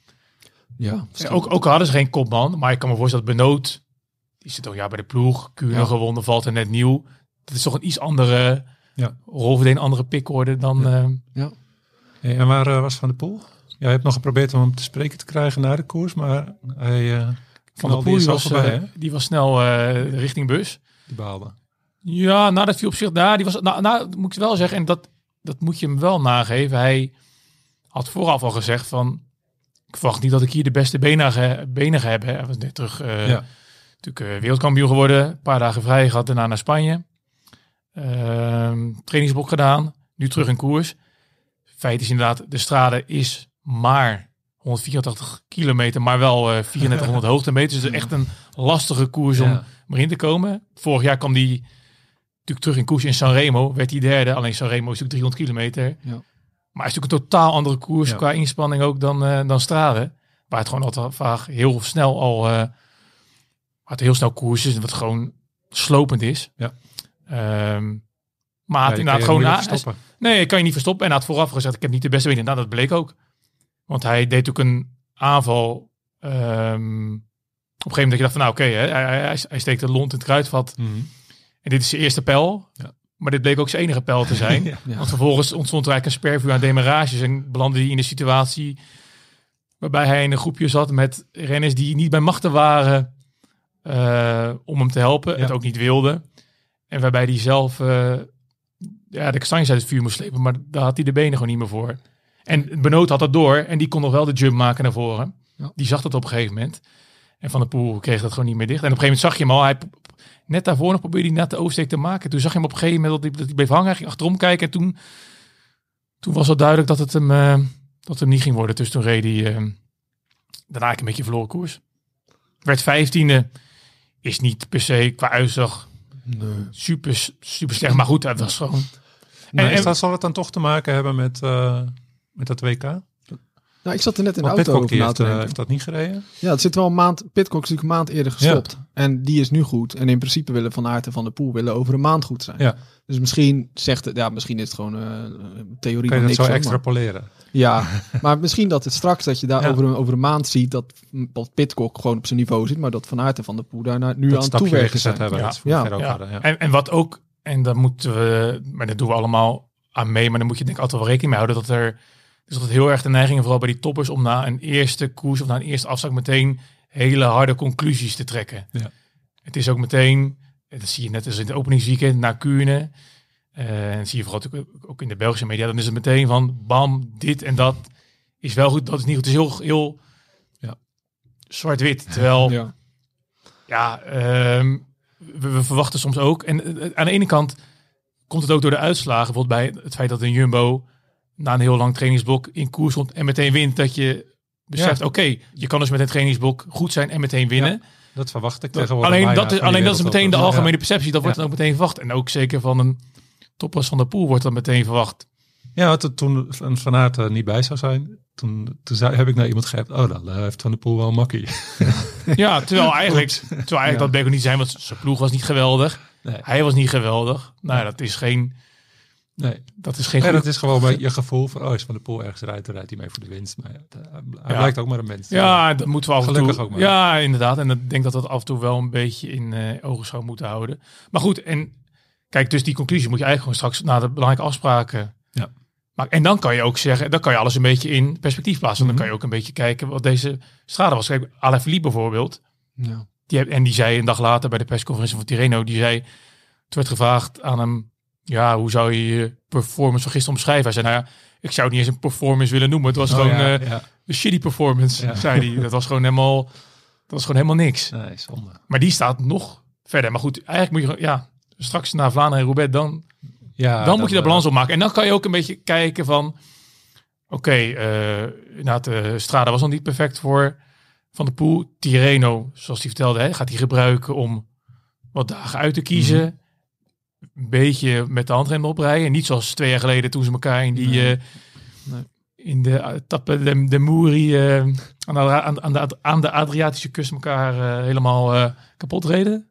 Ja, ja, ook, ook hadden ze geen kopman. Maar ik kan me voorstellen dat Benoot... Die zit toch ja, bij de ploeg. Kuurne ja. gewonnen, Valter net nieuw. Dat is toch een iets andere ja. rolverdeling, een andere pickorde dan... Ja. Uh, ja. Hey, en waar uh, was Van der Poel? Ja, je hebt nog geprobeerd om hem te spreken te krijgen na de koers. Maar hij... Uh, Van der Poel die was, voorbij, uh, die was snel uh, richting bus. Die baalde. Ja, nou dat viel op zich daar. Die was, nou, nou moet ik wel zeggen, en dat, dat moet je hem wel nageven. Hij had vooraf al gezegd van, ik verwacht niet dat ik hier de beste benen, benen heb. Hè. Hij was net terug, uh, ja. natuurlijk uh, wereldkampioen geworden. Een paar dagen vrij gehad, daarna naar Spanje. Uh, trainingsblok gedaan. Nu terug in koers. Feit is inderdaad, de strade is maar honderdvierentachtig kilometer, maar wel uh, vierentwintighonderd hoogtemeters. Dus echt een lastige koers om ja. erin te komen. Vorig jaar kwam die natuurlijk terug in koers in Sanremo. Werd hij derde. Alleen Sanremo is natuurlijk driehonderd kilometer. Ja. Maar is natuurlijk een totaal andere koers ja. qua inspanning ook dan, uh, dan Strade. Waar het gewoon altijd vaak heel snel al... Uh, waar het heel snel koers is en wat gewoon slopend is. Ja. Um, maar ja, inderdaad gewoon... Na, nee, ik kan je niet verstoppen. En hij had vooraf gezegd, ik heb niet de beste benen. Nou, dat bleek ook. Want hij deed ook een aanval. Um, op een gegeven moment dat je dacht van, nou oké, okay, hij, hij, hij steekt de lont in het kruidvat. Mm-hmm. En dit is zijn eerste pijl. Ja. Maar dit bleek ook zijn enige pijl te zijn. ja. Want vervolgens ontstond er eigenlijk een spervuur aan demarages. En belandde hij in een situatie waarbij hij in een groepje zat met renners die niet bij machten waren uh, om hem te helpen. Ja. Het ook niet wilden. En waarbij hij zelf uh, ja, de kastanjes uit het vuur moest slepen. Maar daar had hij de benen gewoon niet meer voor. En Benoot had dat door en die kon nog wel de jump maken naar voren. Ja. Die zag dat op een gegeven moment. En Van der Poel kreeg dat gewoon niet meer dicht. En op een gegeven moment zag je hem al. Hij, net daarvoor nog probeerde hij net de oversteek te maken. Toen zag je hem op een gegeven moment dat hij, dat hij bleef hangen. Hij ging achterom kijken. En toen, toen was het duidelijk dat het hem, uh, dat het hem niet ging worden. Dus toen reed hij uh, daarna een beetje verloren koers. Werd vijftiende. Is niet per se qua uitzag nee. super, super slecht. Maar goed, hij was gewoon... Nee, en, en, dat zal het dan toch te maken hebben met... Uh... Met dat W K? Nou, ik zat er net in de Want auto Pidcock over na heeft, te denken. Uh, heeft dat niet gereden? Ja, het zit wel een maand... Pidcock is natuurlijk een maand eerder gestopt. Ja. En die is nu goed. En in principe willen Van Aert en Van der Poel willen over een maand goed zijn. Ja. Dus misschien zegt het... Ja, misschien is het gewoon uh, een theorie kan je van dat niks. zo extrapoleren? Ja, maar misschien dat het straks... dat je daar ja. over, een, over een maand ziet... dat, dat Pidcock gewoon op zijn niveau zit... maar dat Van Aert en Van der Poel daar nu dat aan toewerken zijn. Hebben, ja. Dat ja. Ja. Hadden, ja. En, en wat ook... En dat moeten we... Maar dat doen we allemaal aan mee. Maar dan moet je denk ik altijd wel rekening mee houden... dat er... Dus dat heel erg de neiging, vooral bij die toppers, om na een eerste koers of na een eerste afslag meteen hele harde conclusies te trekken. Ja. Het is ook meteen, dat zie je net als in het openingsweekend naar Kuurne, uh, en zie je vooral ook in de Belgische media, dan is het meteen van bam, dit en dat is wel goed, dat is niet goed. Het is heel, heel ja, zwart-wit. Terwijl, ja, ja um, we, we verwachten soms ook, en uh, aan de ene kant komt het ook door de uitslagen, bijvoorbeeld bij het feit dat een Jumbo na een heel lang trainingsblok in koers komt en meteen wint, dat je beseft, ja. oké, okay, je kan dus met een trainingsblok goed zijn en meteen winnen. Ja, dat verwacht ik tegenwoordig. Alleen dat is, alleen dat is meteen de algemene ja. perceptie, dat wordt ja. dan ook meteen verwacht. En ook zeker van een toppers van de Poel wordt dat meteen verwacht. Ja, toen Van Aert er niet bij zou zijn, toen, toen zei, heb ik naar iemand gegeven, oh, dan uh, heeft Van der Poel wel een makkie. Ja, terwijl eigenlijk, terwijl eigenlijk ja. dat bleek ook niet zijn, want zijn ploeg was niet geweldig. Nee. Hij was niet geweldig. Nou, ja. dat is geen... Nee, dat is geen. Nee, dat is gewoon bij je gevoel van, oh, is Van der Poel ergens rijdt, dan rijdt hij mee voor de winst. Maar ja, hij ja. blijkt ook maar een mens. Ja, dat moeten we af en toe. Ook maar. Ja, inderdaad. En ik denk dat dat af en toe wel een beetje in uh, ogenschouw moeten houden. Maar goed, en kijk, dus die conclusie moet je eigenlijk gewoon straks na de belangrijke afspraken. Ja. Maar en dan kan je ook zeggen, dan kan je alles een beetje in perspectief plaatsen. Mm-hmm. Dan kan je ook een beetje kijken wat deze strade was. Kijk, Alaphilippe bijvoorbeeld. Ja. Die, en die zei een dag later bij de persconferentie van Tirreno, die zei, het werd gevraagd aan hem. Ja, hoe zou je je performance van gisteren omschrijven? Hij zei, nou ja, ik zou het niet eens een performance willen noemen. Het was oh, gewoon ja, uh, ja. een shitty performance, ja. zei hij. Dat was gewoon helemaal, dat was gewoon helemaal niks. Nee, zonde. Maar die staat nog verder. Maar goed, eigenlijk moet je, ja, straks naar Vlaanderen en Roubaix, dan, ja, dan moet je de balans opmaken. En dan kan je ook een beetje kijken van, oké, okay, uh, inderdaad, de Strade was nog niet perfect voor Van der Poel. Tirreno, zoals hij vertelde, hè, gaat hij gebruiken om wat dagen uit te kiezen. Mm-hmm. een beetje met de handrem oprijden. Niet zoals twee jaar geleden toen ze elkaar in die... Nee. Uh, nee. In de uh, tappen de, de Moeri uh, aan, de, aan, aan, de, aan de Adriatische kust elkaar uh, helemaal uh, kapot reden.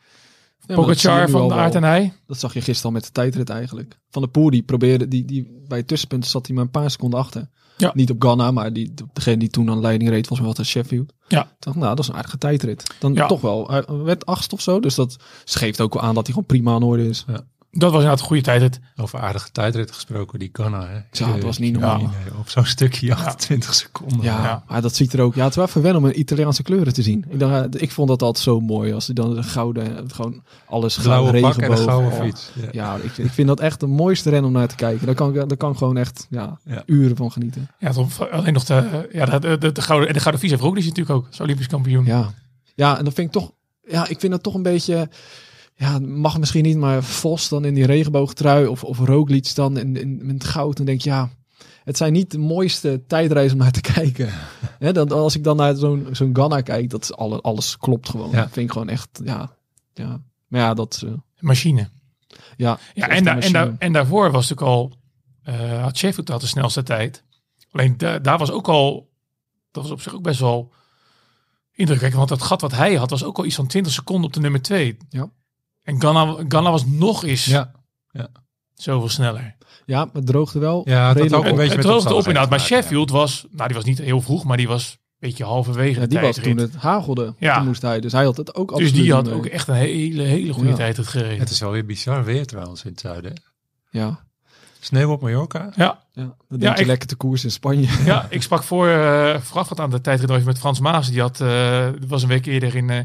Ja, Pogacar van Aert en hij. Dat zag je gisteren al met de tijdrit eigenlijk. Van de Poel die probeerde, die, die, bij het tussenpunt zat hij maar een paar seconden achter. Ja. Niet op Ganna, maar die, degene die toen aan de leiding reed, volgens mij was het Sheffield. Ja. Ik dacht, nou, dat is een aardige tijdrit. Dan ja. toch wel, hij werd achtst of zo. Dus dat geeft ook wel aan dat hij gewoon prima aan orde is. Ja. Dat was inderdaad een goede tijdrit. Over aardige tijdrit gesproken, die Ganna. Hè? Ja, dat was niet normaal. Ja, nee, op zo'n stukje achtentwintig ja. seconden. Ja, ja, maar dat ziet er ook... Ja, het is wel verwennen om een Italiaanse kleuren te zien. Ik, dacht, ik vond dat altijd zo mooi. Als hij dan de gouden... Gewoon alles blauwe regenboog. Pak en de gouden oh. fiets. Ja, ja ik, ik vind dat echt de mooiste ren om naar te kijken. Daar kan, daar kan ik gewoon echt ja, ja. uren van genieten. Ja, toch, alleen nog de, ja, de, de, de gouden... En de gouden fiets heeft Roglic natuurlijk ook. Als Olympisch kampioen. Ja. Ja, en dat vind ik toch... Ja, ik vind dat toch een beetje... Ja, mag misschien niet, maar Vos dan in die regenboogtrui of, of Roglic dan in, in, in het goud. Dan denk je, ja, het zijn niet de mooiste tijdreizen om naar te kijken. He, dan, als ik dan naar zo'n zo'n Ganna kijk, dat is alle, alles klopt gewoon. Ja. Dat vind ik gewoon echt, ja. ja. Maar ja, dat... Uh, machine. Ja, ja en, da, en, da, en daarvoor was natuurlijk al... Uh, had Sheffield had de snelste tijd. Alleen da, daar was ook al... Dat was op zich ook best wel indrukwekkend. Want dat gat wat hij had, was ook al iets van twintig seconden op de nummer twee. Ja. En Ganna, Ganna was nog eens ja. Ja. zoveel sneller. Ja, maar het droogde wel. Ja, dat ook een het, beetje het met droogde op inderdaad. Maar Sheffield ja. was, nou die was niet heel vroeg, maar die was een beetje halverwege ja, de die tijdrit. was toen het hagelde. Ja. Toen moest hij. Dus hij had het ook Dus die had mee. ook echt een hele, hele goede ja. tijdrit gereden. Het is wel weer bizar weer trouwens in het zuiden. Ja. Sneeuw op Mallorca. Ja. Ja, dan denk ja, je ik, lekker te koers in Spanje. Ja, ik sprak voor uh, voorafgaand aan de tijdrit even met Frans Maas. Die had, uh, was een week eerder in uh,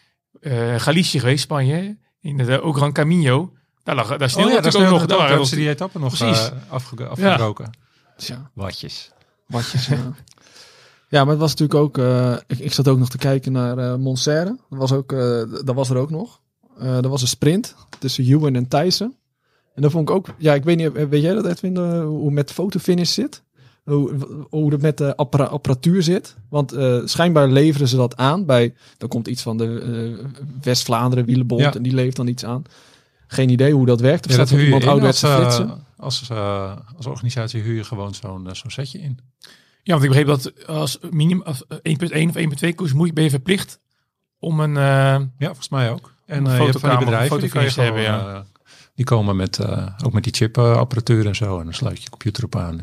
uh, Galicië geweest, Spanje. In de uh, Gran Camino. Daar lag daar sneeuwde oh ja, natuurlijk ook nog. Daar hebben ze die etappe nog uh, afge, afgebroken. Ja. Watjes. Watjes, ja. Ja, maar het was natuurlijk ook... Uh, ik, ik zat ook nog te kijken naar uh, Montserrat. Dat was, ook, uh, dat was er ook nog. Uh, er was een sprint tussen Ewan en Thijssen. En dat vond ik ook... Ja, ik weet niet... Weet jij dat, Edwin? Uh, hoe het met fotofinish zit? Hoe, hoe het met de appara- apparatuur zit? Want uh, schijnbaar leveren ze dat aan bij... Dan komt iets van de uh, West-Vlaanderen Wielenbond ja. en die levert dan iets aan. Geen idee hoe dat werkt. Of ja, staat er iemand ouderwets te flitsen? Als, uh, als organisatie huur je gewoon zo'n, uh, zo'n setje in. Ja, want ik begreep dat als minimum één punt één of één punt twee koers moet je, ben je verplicht om een... Uh, ja, volgens mij ook. En uh, je hebt van die bedrijven die, kan je gewoon, hebben, ja. uh, die komen met, uh, ook met die chipapparatuur en zo. En dan sluit je je computer op aan.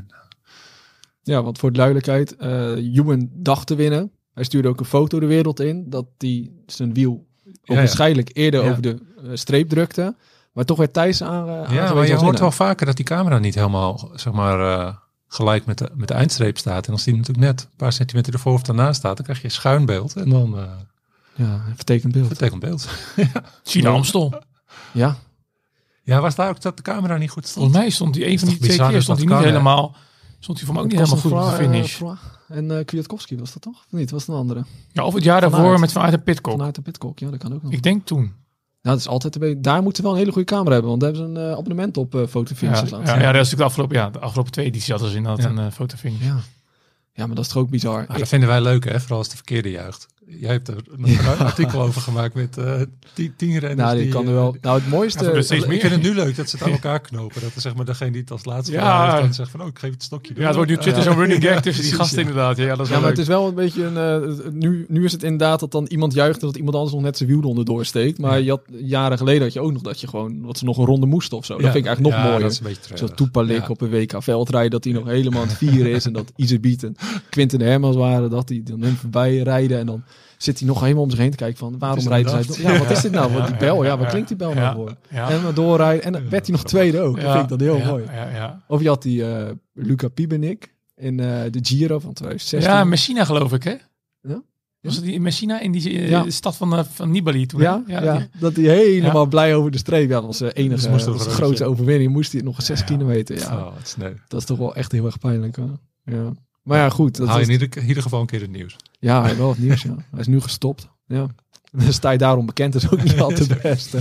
Ja, want voor de duidelijkheid, uh, Ewan dacht te winnen. Hij stuurde ook een foto de wereld in dat hij zijn wiel waarschijnlijk ja, ja. eerder ja. over de uh, streep drukte. Maar toch werd Thijs aan. Uh, ja, maar je hoort wel vaker dat die camera niet helemaal, zeg maar, uh, gelijk met de, met de eindstreep staat. En als die natuurlijk net een paar centimeter ervoor of daarnaast staat, dan krijg je een schuin beeld. En dan... Uh, ja, vertekend beeld. Vertekend beeld. China Amstel. Ja. Ja, was daar ook dat de camera niet goed stond? Volgens mij stond die een van die twee keer stond hij niet helemaal... Stond hij voor mij ook niet helemaal goed op de finish. Uh, en uh, Kwiatkowski was dat toch? Of niet? Was het een andere? Ja, of het jaar daarvoor Vanuit. met Van Aert en Pidcock. Van Aert en Pidcock, ja, dat kan ook nog. Ik denk toen. Ja, dat is altijd een beetje, daar moeten we wel een hele goede camera hebben, want daar hebben ze een uh, abonnement op uh, fotofinishes ja, laten. Ja, ja, dat is natuurlijk de afgelopen, ja, de afgelopen twee edities hadden ze inderdaad ja. een uh, fotofinish. Ja. ja, maar dat is toch ook bizar. Maar dat vinden wij leuk, hè? Vooral als de verkeerde juicht. Jij hebt er nog ja. een artikel over gemaakt met uh, tien, tien renners. Nou, die, die kan er wel. Uh, nou, het mooiste. Ja, ik vind het nu leuk dat ze het aan elkaar knopen. Dat is zeg maar degene die het als laatste ja. dan zegt van, oh, ik geef het stokje door. Ja, het wordt nu Twitter uh, zo'n running gag tussen die gasten ja. inderdaad. Ja, dat is ja, maar leuk. Het is wel een beetje een. Uh, nu, nu is het inderdaad dat dan iemand juicht en dat iemand anders nog net zijn wiel eronder doorsteekt. Maar ja. je had, jaren geleden had je ook nog dat je gewoon wat ze nog een ronde moesten of zo. Ja. Dat vind ik eigenlijk nog ja, mooier. Zo'n Toepalik ja. op een W K veldrijden dat hij nog helemaal aan het vieren is en dat Iserbiet en Quinten Hermans waren dat die dan hem voorbij rijden en dan zit hij nog helemaal om zich heen te kijken van waarom rijden zij? Ja, wat is dit nou? Wat die bel? Ja, waar klinkt die bel nou voor? Ja. En maar doorrijden en dan werd hij nog tweede ook. Ja. Dat vind ik dat heel ja, mooi. Ja, ja. Of je had die uh, Luca Pibenik in uh, de Giro van twintig zestien. Ja, Messina geloof ik, hè? Ja? Was het die in Messina in die uh, ja. stad van, uh, van Nibali toen? Ja, ja, ja die... dat hij helemaal ja. blij over de streep. Ja, dat was de enige uh, was de grootste overwinning. Moest hij nog zes ja. kilometer. Ja, oh, dat, is dat is toch wel echt heel erg pijnlijk. Hoor. Ja. Maar ja, goed. Dat haal je is... in ieder, ieder geval een keer het nieuws. Ja, hij wel het nieuws. Ja. Hij is nu gestopt. Ja. Dan sta je daarom bekend. Dat is ook niet altijd het beste.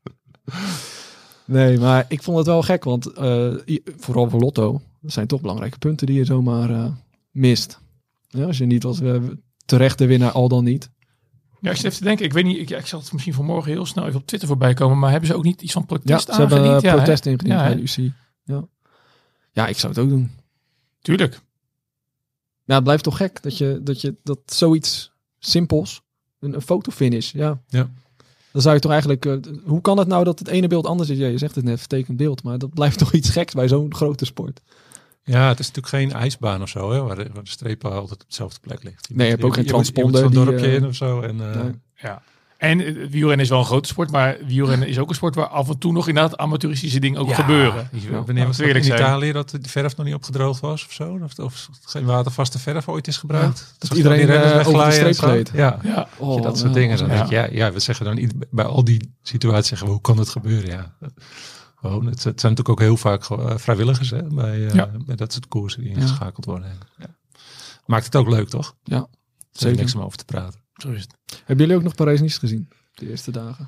Nee, maar ik vond het wel gek. Want uh, vooral voor Lotto. Dat zijn toch belangrijke punten die je zomaar uh, mist. Ja, als je niet was uh, terecht de winnaar al dan niet. Ja, ik zit even te denken. Ik weet niet, ik, ja, ik zal het misschien vanmorgen heel snel even op Twitter voorbij komen. Maar hebben ze ook niet iets van protest ja, ze aangediend? hebben Ja, protest ingediend ja, bij de U C. Ja. ja, ik zou het ook doen. Tuurlijk. Ja, het blijft toch gek dat je dat, je, dat zoiets simpels, een, een fotofinish, ja. ja. Dan zou je toch eigenlijk, uh, hoe kan het nou dat het ene beeld anders is? Ja, je zegt het net, vertekend beeld, maar dat blijft toch iets geks bij zo'n grote sport. Ja, het is natuurlijk geen ijsbaan of zo, hè, waar, de, waar de streep altijd op dezelfde plek ligt. Je nee, je hebt ook geen transponder. Je moet zo'n die, dorpje uh, in of zo. En, uh, nee. Ja. En uh, wielrennen is wel een grote sport, maar wielrennen is ook een sport waar af en toe nog inderdaad amateuristische dingen ook ja, gebeuren. Ja, wanneer was dat in Italië dat de verf nog niet opgedroogd was of zo? Of, of geen watervaste verf ooit is gebruikt? Ja, dat, dat iedereen uh, over de streep gleed. Ja, ja. Oh, dat soort ja, dingen. Dan ja. Denk je, ja, ja, we zeggen dan bij al die situaties zeggen we, hoe kan het gebeuren? Ja. Gewoon, het, het zijn natuurlijk ook heel vaak uh, vrijwilligers hè, bij, uh, ja. bij dat soort koersen die ingeschakeld worden. Ja. Maakt het ook leuk, toch? Ja, er zeker. Is niks om over te praten. Zo is het. Hebben jullie ook nog Parijs-Nice gezien? De eerste dagen?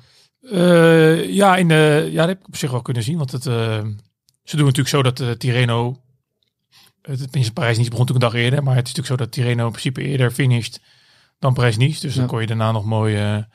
Uh, ja, in de, ja, dat heb ik op zich wel kunnen zien. Want het, uh, ze doen natuurlijk zo dat uh, Tirreno... Het uh, Parijs-Nice begon natuurlijk een dag eerder. Maar het is natuurlijk zo dat Tirreno in principe eerder finisht dan Parijs-Nice. Dus ja. Dan kon je daarna nog mooi... Uh,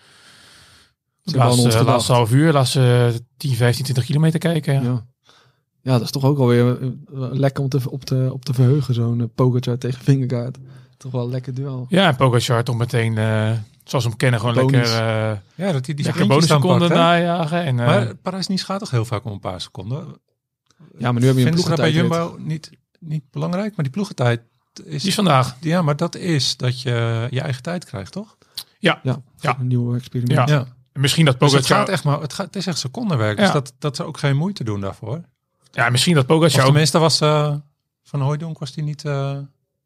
de laatste, laatste half uur, laatste tien, vijftien, twintig kilometer kijken. Ja, ja. ja dat is toch ook alweer uh, lekker om te, op, te, op te verheugen. Zo'n uh, Pogacar tegen Vingegaard. Toch wel een lekker duel. Ja, en Pogacar toch meteen... Uh, zoals we hem kennen, gewoon bonus. lekker, uh, ja, dat hij die lekker bonusseconden najagen. En, uh, maar Parijs-Nice gaat toch heel vaak om een paar seconden? Ja, maar nu heb je een ploegentijd. Bij Jumbo niet, niet belangrijk, maar die ploegentijd is... Die is vandaag. Ja, maar dat is dat je je eigen tijd krijgt, toch? Ja. Ja, ja. Een nieuw experiment. Ja. Ja. Misschien dat Pogacar... Dus het gaat echt maar, het, gaat, het is echt secondenwerk, ja. Dus dat, dat ze ook geen moeite doen daarvoor. Ja, misschien dat Pogacar... Of tenminste was uh, Van Hooijdonk, was die niet... Uh,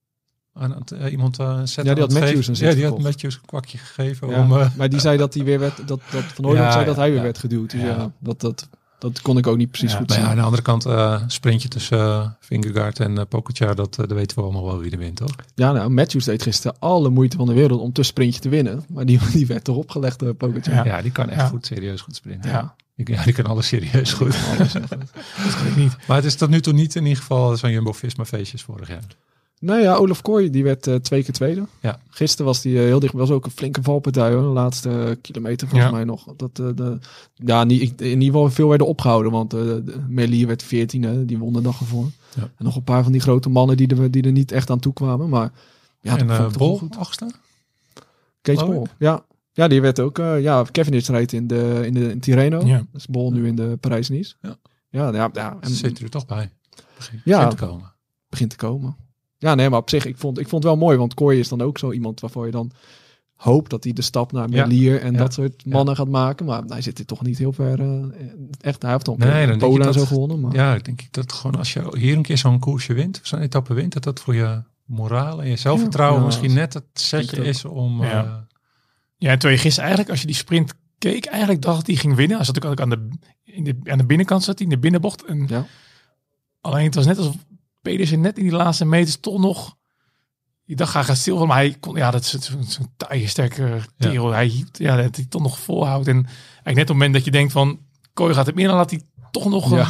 aan het, uh, iemand uh, ja, die had Matthews een ja, die had Matthews een kwakje gegeven. Ja, om, uh, maar die zei dat hij weer werd, dat, dat Van Hooijdonk ja, zei dat hij weer ja. werd geduwd. Dus ja, ja dat, dat, dat kon ik ook niet precies ja, goed zien. Ja, zien. aan de andere kant, uh, sprintje tussen uh, Vingegaard en uh, Pogacar, dat, uh, dat weten we allemaal wel wie er wint, toch? Ja, nou, Matthews deed gisteren alle moeite van de wereld om te sprintje te winnen. Maar die, die werd toch opgelegd door Pogacar. Ja, ja, die kan echt ja. goed, serieus goed sprinten. Ja. Ja, die kan alles serieus goed. Alles goed. Dat kan ik niet. Maar het is tot nu toe niet in ieder geval zo'n Jumbo-Visma feestjes vorig jaar. Nou ja, Olaf Kooi, die werd uh, twee keer tweede. Ja. Gisteren was hij uh, heel dicht, was ook een flinke valpartij hoor. De laatste uh, kilometer volgens ja. mij nog. Dat, uh, de, ja, niet, in ieder geval veel werden opgehouden, want uh, Merlier werd veertiende, die won de dag ervoor. Ja. En nog een paar van die grote mannen die er, die er niet echt aan toe kwamen. Maar ja, en uh, Bol, achtste? Kees Bol, ja. Ja, die werd ook, uh, ja, Cavendish rijdt in de in de in Tirreno. Ja. Dus Bol nu in de Parijs-Nice. Ja. Ja, ja, ja. En zit er toch bij. Begint ja, te komen. Begint te komen. Ja, nee, maar op zich, ik vond, ik vond het wel mooi, want Kooi is dan ook zo iemand waarvoor je dan hoopt dat hij de stap naar Merlier ja, en ja, dat soort mannen ja. gaat maken. Maar hij zit er toch niet heel ver. Uh, echt, hij heeft dan nee, Polen en zo dat, gewonnen. Maar. Ja, ik denk ik dat gewoon als je hier een keer zo'n koersje wint, of zo'n etappe wint, dat dat voor je moraal en je zelfvertrouwen ja, ja, misschien net het setje is om... Ja. Uh, ja, en terwijl je gisteren eigenlijk, als je die sprint keek, eigenlijk dacht dat hij ging winnen. Hij zat ook aan de, in de, aan de binnenkant, zat hij in de binnenbocht. En ja. Alleen het was net alsof Pedersen net in die laatste meters toch nog... Ik dacht, hij gaat stil van, maar hij kon... Ja, dat is zo'n zo taaie, sterke kerel. Ja. Hij, ja, dat hij toch nog volhoudt. En eigenlijk net op het moment dat je denkt van... Kooi gaat het meer, dan laat hij toch nog... Ja. Uh,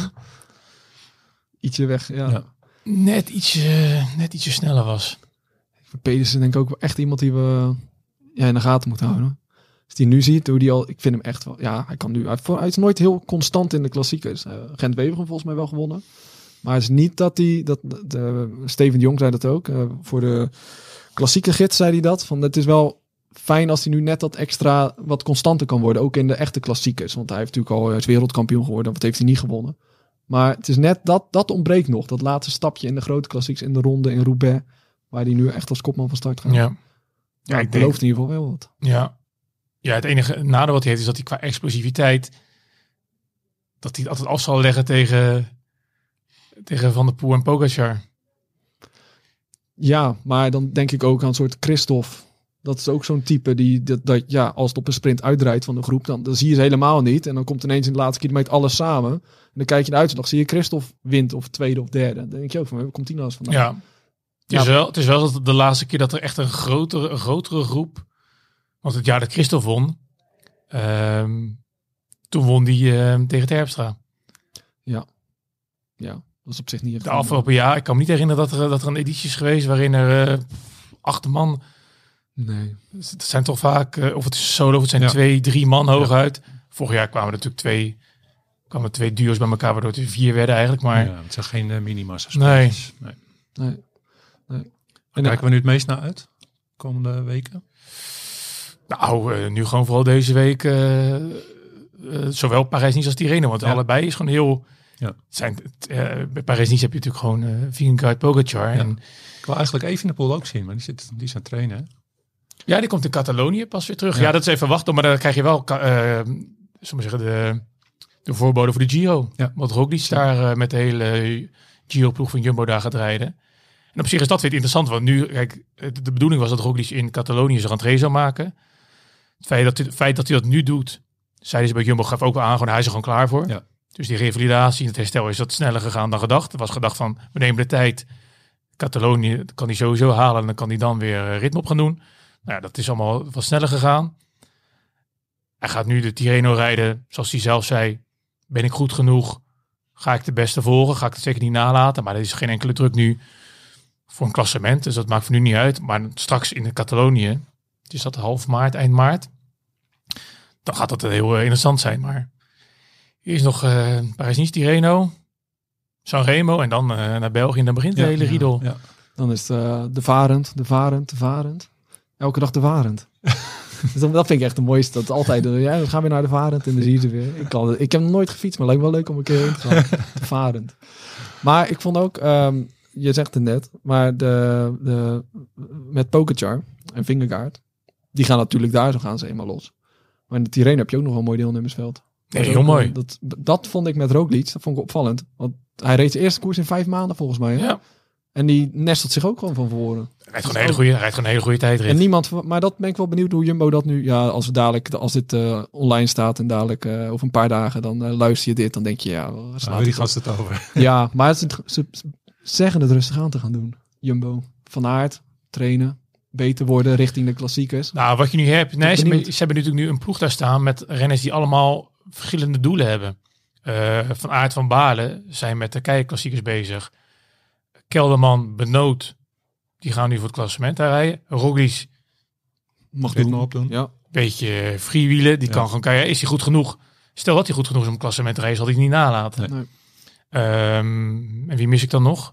ietsje weg, ja. ja. Net, ietsje, net ietsje sneller was. Pedersen denk ik ook echt iemand die we ja, in de gaten moeten houden. Als die nu ziet, hoe die al... Ik vind hem echt wel... Ja, hij kan nu... Hij is nooit heel constant in de klassiekers. Uh, Gent-Wevelgem volgens mij wel gewonnen. Maar het is niet dat hij... Dat, de, Steven de Jong zei dat ook. Uh, voor de klassieke gids zei hij dat. Van, het is wel fijn als hij nu net dat extra wat constanter kan worden. Ook in de echte klassiekers. Want hij heeft natuurlijk al is wereldkampioen geworden. Wat heeft hij niet gewonnen. Maar het is net dat... Dat ontbreekt nog. Dat laatste stapje in de grote klassiekers. In de ronde in Roubaix. Waar hij nu echt als kopman van start gaat. Ja. Ja, ja ik geloof in ieder geval wel wat. Ja. Ja, het enige nadeel wat hij heeft is dat hij qua explosiviteit... Dat hij het altijd af zal leggen tegen... Tegen Van der Poel en Pogacar. Ja, maar dan denk ik ook aan een soort Christophe. Dat is ook zo'n type die, dat, dat ja, als het op een sprint uitdraait van de groep, dan, dan zie je ze helemaal niet. En dan komt ineens in de laatste kilometer alles samen. En dan kijk je naar de uitslag, zie je Christophe wint of tweede of derde. Dan denk je ook van, waar komt die nou eens vandaan? Ja, het is, ja. wel, het is wel de laatste keer dat er echt een grotere, een grotere groep... Want het jaar dat Christophe won, um, toen won die uh, tegen Terpstra. Ja, ja. Dat is op zich niet echt. De afgelopen jaar, ik kan me niet herinneren dat er, dat er een editie is geweest waarin er uh, acht man Nee. Het zijn toch vaak, uh, of het is solo, of het zijn ja. twee, drie man hooguit. Ja. Vorig jaar kwamen er natuurlijk twee, kwamen twee duo's bij elkaar, waardoor het vier werden eigenlijk. Maar ja, het zijn geen uh, mini-massa's. Nee. nee. nee. nee. En kijken we nu het meest naar uit? Komende weken? Nou, uh, nu gewoon vooral deze week uh, uh, zowel Parijs-Nice als Tirreno. Want ja. allebei is gewoon heel... Ja. Zijn, uh, bij Parijs-Nice heb je natuurlijk gewoon uh, Vingegaard, Pogacar. Ja. En ik wil eigenlijk even in de pool ook zien, maar die zit die zijn trainen. Hè? Ja, die komt in Catalonië pas weer terug. Ja, ja dat is even wachten, maar dan krijg je wel, uh, zullen we zeggen, de, de voorbode voor de Giro. Ja. Want Roglic daar uh, met de hele Giro-ploeg van Jumbo daar gaat rijden. En op zich is dat weer interessant, want nu, kijk, de bedoeling was dat Roglic in Catalonië zijn rentree zou maken. Het feit dat, het feit dat hij dat nu doet, zeiden ze bij Jumbo, gaf ook wel aan, gewoon, hij is er gewoon klaar voor. Ja. Dus die revalidatie, het herstel is wat sneller gegaan dan gedacht. Er was gedacht van, we nemen de tijd. Catalonië kan hij sowieso halen en dan kan hij dan weer ritme op gaan doen. Nou ja, dat is allemaal wat sneller gegaan. Hij gaat nu de Tirreno rijden, zoals hij zelf zei. Ben ik goed genoeg? Ga ik de beste volgen? Ga ik het zeker niet nalaten? Maar er is geen enkele druk nu voor een klassement. Dus dat maakt voor nu niet uit. Maar straks in de Catalonië, is dat half maart, eind maart. Dan gaat dat heel uh, interessant zijn. Maar eerst nog uh, Parijs-Nice, Tirreno, Sanremo en dan uh, naar België. En dan begint de ja, hele ja, riedel. Ja. Dan is het uh, de varend, de varend, de varend. Elke dag de varend. Dus dat, dat vind ik echt de mooiste. Dat altijd, ja, we gaan weer naar de varend en dan zie je ze weer. Ik, kan, ik heb nog nooit gefietst, maar lijkt me wel leuk om een keer heen te gaan. De varend. Maar ik vond ook, um, je zegt het net, maar de, de, met Pogacar en Vingegaard, die gaan natuurlijk daar, zo gaan ze eenmaal los. Maar in de Tirreno heb je ook nog wel een mooi deelnemersveld. Nee, heel ook, mooi. Dat, dat vond ik met Roglic, dat vond ik opvallend. Want hij reed zijn eerste koers in vijf maanden volgens mij. Hè? Ja. En die nestelt zich ook gewoon van voren. Hij rijdt gewoon een hele goede, rijdt gewoon een hele goede tijdrit. En niemand, maar dat ben ik wel benieuwd hoe Jumbo dat nu, ja, als we dadelijk, als dit uh, online staat en dadelijk uh, over een paar dagen, dan uh, luister je dit, dan denk je, ja, waar slaat die gast het over? Ja, maar ze, ze zeggen het rustig aan te gaan doen. Jumbo, Van Aert, trainen, beter worden richting de klassiekers. Nou, wat je nu hebt, nee, ze hebben, ze hebben natuurlijk nu een ploeg daar staan met renners die allemaal verschillende doelen hebben. Uh, van Aert, Van Baarle zijn met de kijkklassiekers bezig. Kelderman, Benoot, die gaan nu voor het klassement rijden. Roglic mag doen. Op doen. Ja. Beetje freewielen, die ja. kan gewoon kijken. Is hij goed genoeg? Stel dat hij goed genoeg is om het klassement te rijden, zal hij het niet nalaten. Nee. Um, en wie mis ik dan nog?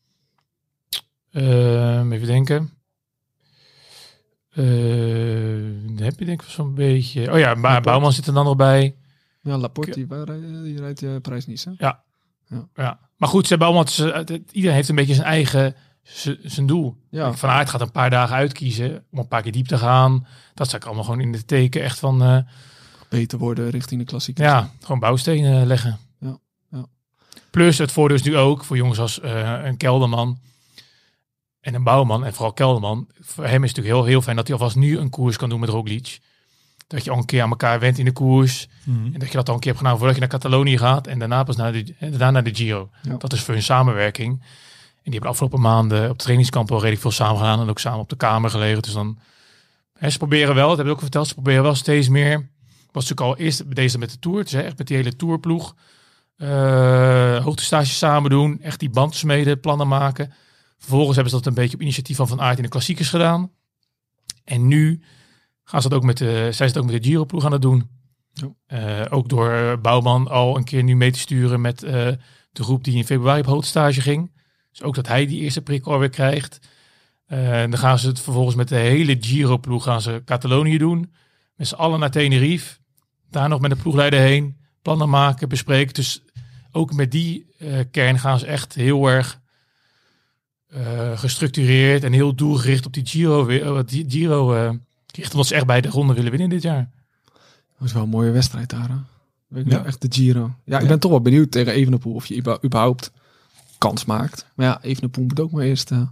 Um, even denken. Uh, dan heb je denk ik zo'n beetje... Oh ja, ba- Bouwman zit er dan nog bij. Ja, Laporte, die, die rijdt uh, Parijs-Nice. Ja. Ja. ja. Maar goed, ze hebben allemaal, ze, iedereen heeft een beetje zijn eigen zijn doel. Ja. Van Aert gaat een paar dagen uitkiezen om een paar keer diep te gaan. Dat sta ik allemaal gewoon in de teken echt van... Uh, beter worden richting de klassiekers. Ja, gewoon bouwstenen leggen. Ja. Ja. Plus het voordeel is nu ook voor jongens als uh, een Kelderman en een Bouwman. En vooral Kelderman. Voor hem is het natuurlijk heel, heel fijn dat hij alvast nu een koers kan doen met Roglic. Dat je al een keer aan elkaar went in de koers. Mm-hmm. En dat je dat al een keer hebt gedaan voordat je naar Catalonië gaat. En daarna pas naar de, daarna naar de Giro. Ja. Dat is voor hun samenwerking. En die hebben de afgelopen maanden op trainingskamp al redelijk veel samen gedaan. En ook samen op de kamer gelegen. Dus dan... Hè, ze proberen wel, dat heb ik ook verteld. Ze proberen wel steeds meer. Was natuurlijk al eerst deze met de Tour. Dus hè, echt met die hele Tourploeg. Uh, hoogtestages samen doen. Echt die band smeden, plannen maken. Vervolgens hebben ze dat een beetje op initiatief van Van Aert in de klassiekers gedaan. En nu... gaan ze het ook met de, zijn ze het ook met de Giro-ploeg aan het doen. Oh. Uh, ook door Bouwman al een keer nu mee te sturen met uh, de groep die in februari op hoogtestage ging. Dus ook dat hij die eerste prik alweer krijgt. Uh, dan gaan ze het vervolgens met de hele Giro-ploeg gaan ze Catalonië doen. Met z'n allen naar Tenerife. Daar nog met de ploegleider heen. Plannen maken, bespreken. Dus ook met die uh, kern gaan ze echt heel erg uh, gestructureerd en heel doelgericht op die Giro, uh, die Giro uh, gericht, omdat ze echt bij de ronde willen winnen dit jaar. Dat is wel een mooie wedstrijd daar. Hè? Weet ik ja. nou, echt de Giro. Ja, ja, ik ben toch wel benieuwd tegen Evenepoel of je überhaupt kans maakt. Maar ja, Evenepoel moet ook maar eerst... Uh,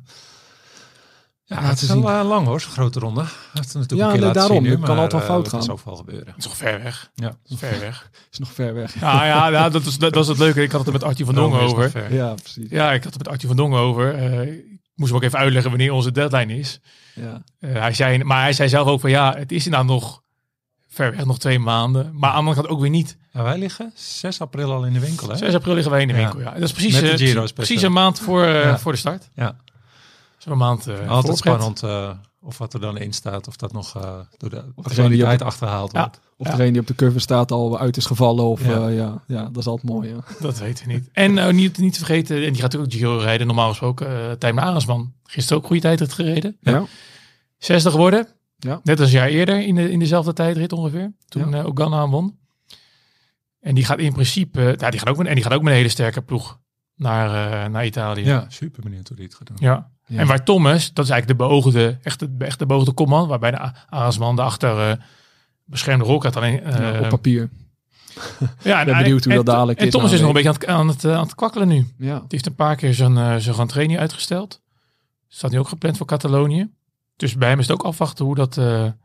ja, het is wel uh, lang hoor, zo'n grote ronde. Dat is natuurlijk ja, een keer nee, daarom. Nu, het kan altijd wel uh, fout gaan. Het is overal gebeuren. Het is nog ver weg. Ja, het is ver weg. Het is nog ver weg. Ja, ja, ja dat, is, dat, dat is het leuke. Ik had het er met Arthur van Dongen over. Ja, precies. Ja, ik had het met Arthur van Dongen over. Uh, ik moest hem ook even uitleggen wanneer onze deadline is. Ja. Uh, hij zei, maar hij zei zelf ook van ja, het is inderdaad nog ver weg, nog twee maanden. Maar aan de andere kant ook weer niet. Ja, wij liggen zes april al in de winkel. Hè? zes april liggen wij in de ja. winkel, ja. Dat is precies, uh, precies, precies een maand voor, uh, ja. voor de start. Ja. Zo'n maand uh, altijd spannend uh, Of wat er dan in staat, of dat nog uh, door de actualiteit achterhaald ja. wordt. Of degene ja. die op de curve staat al uit is gevallen. Of ja, uh, ja, ja dat is altijd mooi. Ja. Dat weten we niet. En uh, niet, niet te vergeten, en die gaat ook Giro rijden, normaal gesproken. Uh, Tijmen Arendsman. Gisteren ook goede tijdrit gereden. Ja. zestig geworden. Ja. Net als een jaar eerder in, de, in dezelfde tijdrit ongeveer. Toen ja. uh, ook Ganna won. En die gaat in principe, uh, nou, die gaat ook met, en die gaat ook met een hele sterke ploeg naar, uh, naar Italië. Ja, super benieuwd hoe die het gaat doen. Ja. Ja. En waar Thomas, dat is eigenlijk de beoogde, echt de, echt de beoogde kopman, waarbij de Arendsman daarachter uh, beschermde rol had alleen uh, ja, op papier. Ja, ik ben benieuwd hoe en, dat dadelijk en is. En Thomas is nog een beetje aan het, aan het, uh, aan het kwakkelen nu. Ja. Die heeft een paar keer zijn, uh, zijn gaan training uitgesteld. Staat nu ook gepland voor Catalonië. Dus bij hem is het ook afwachten hoe dat, uh,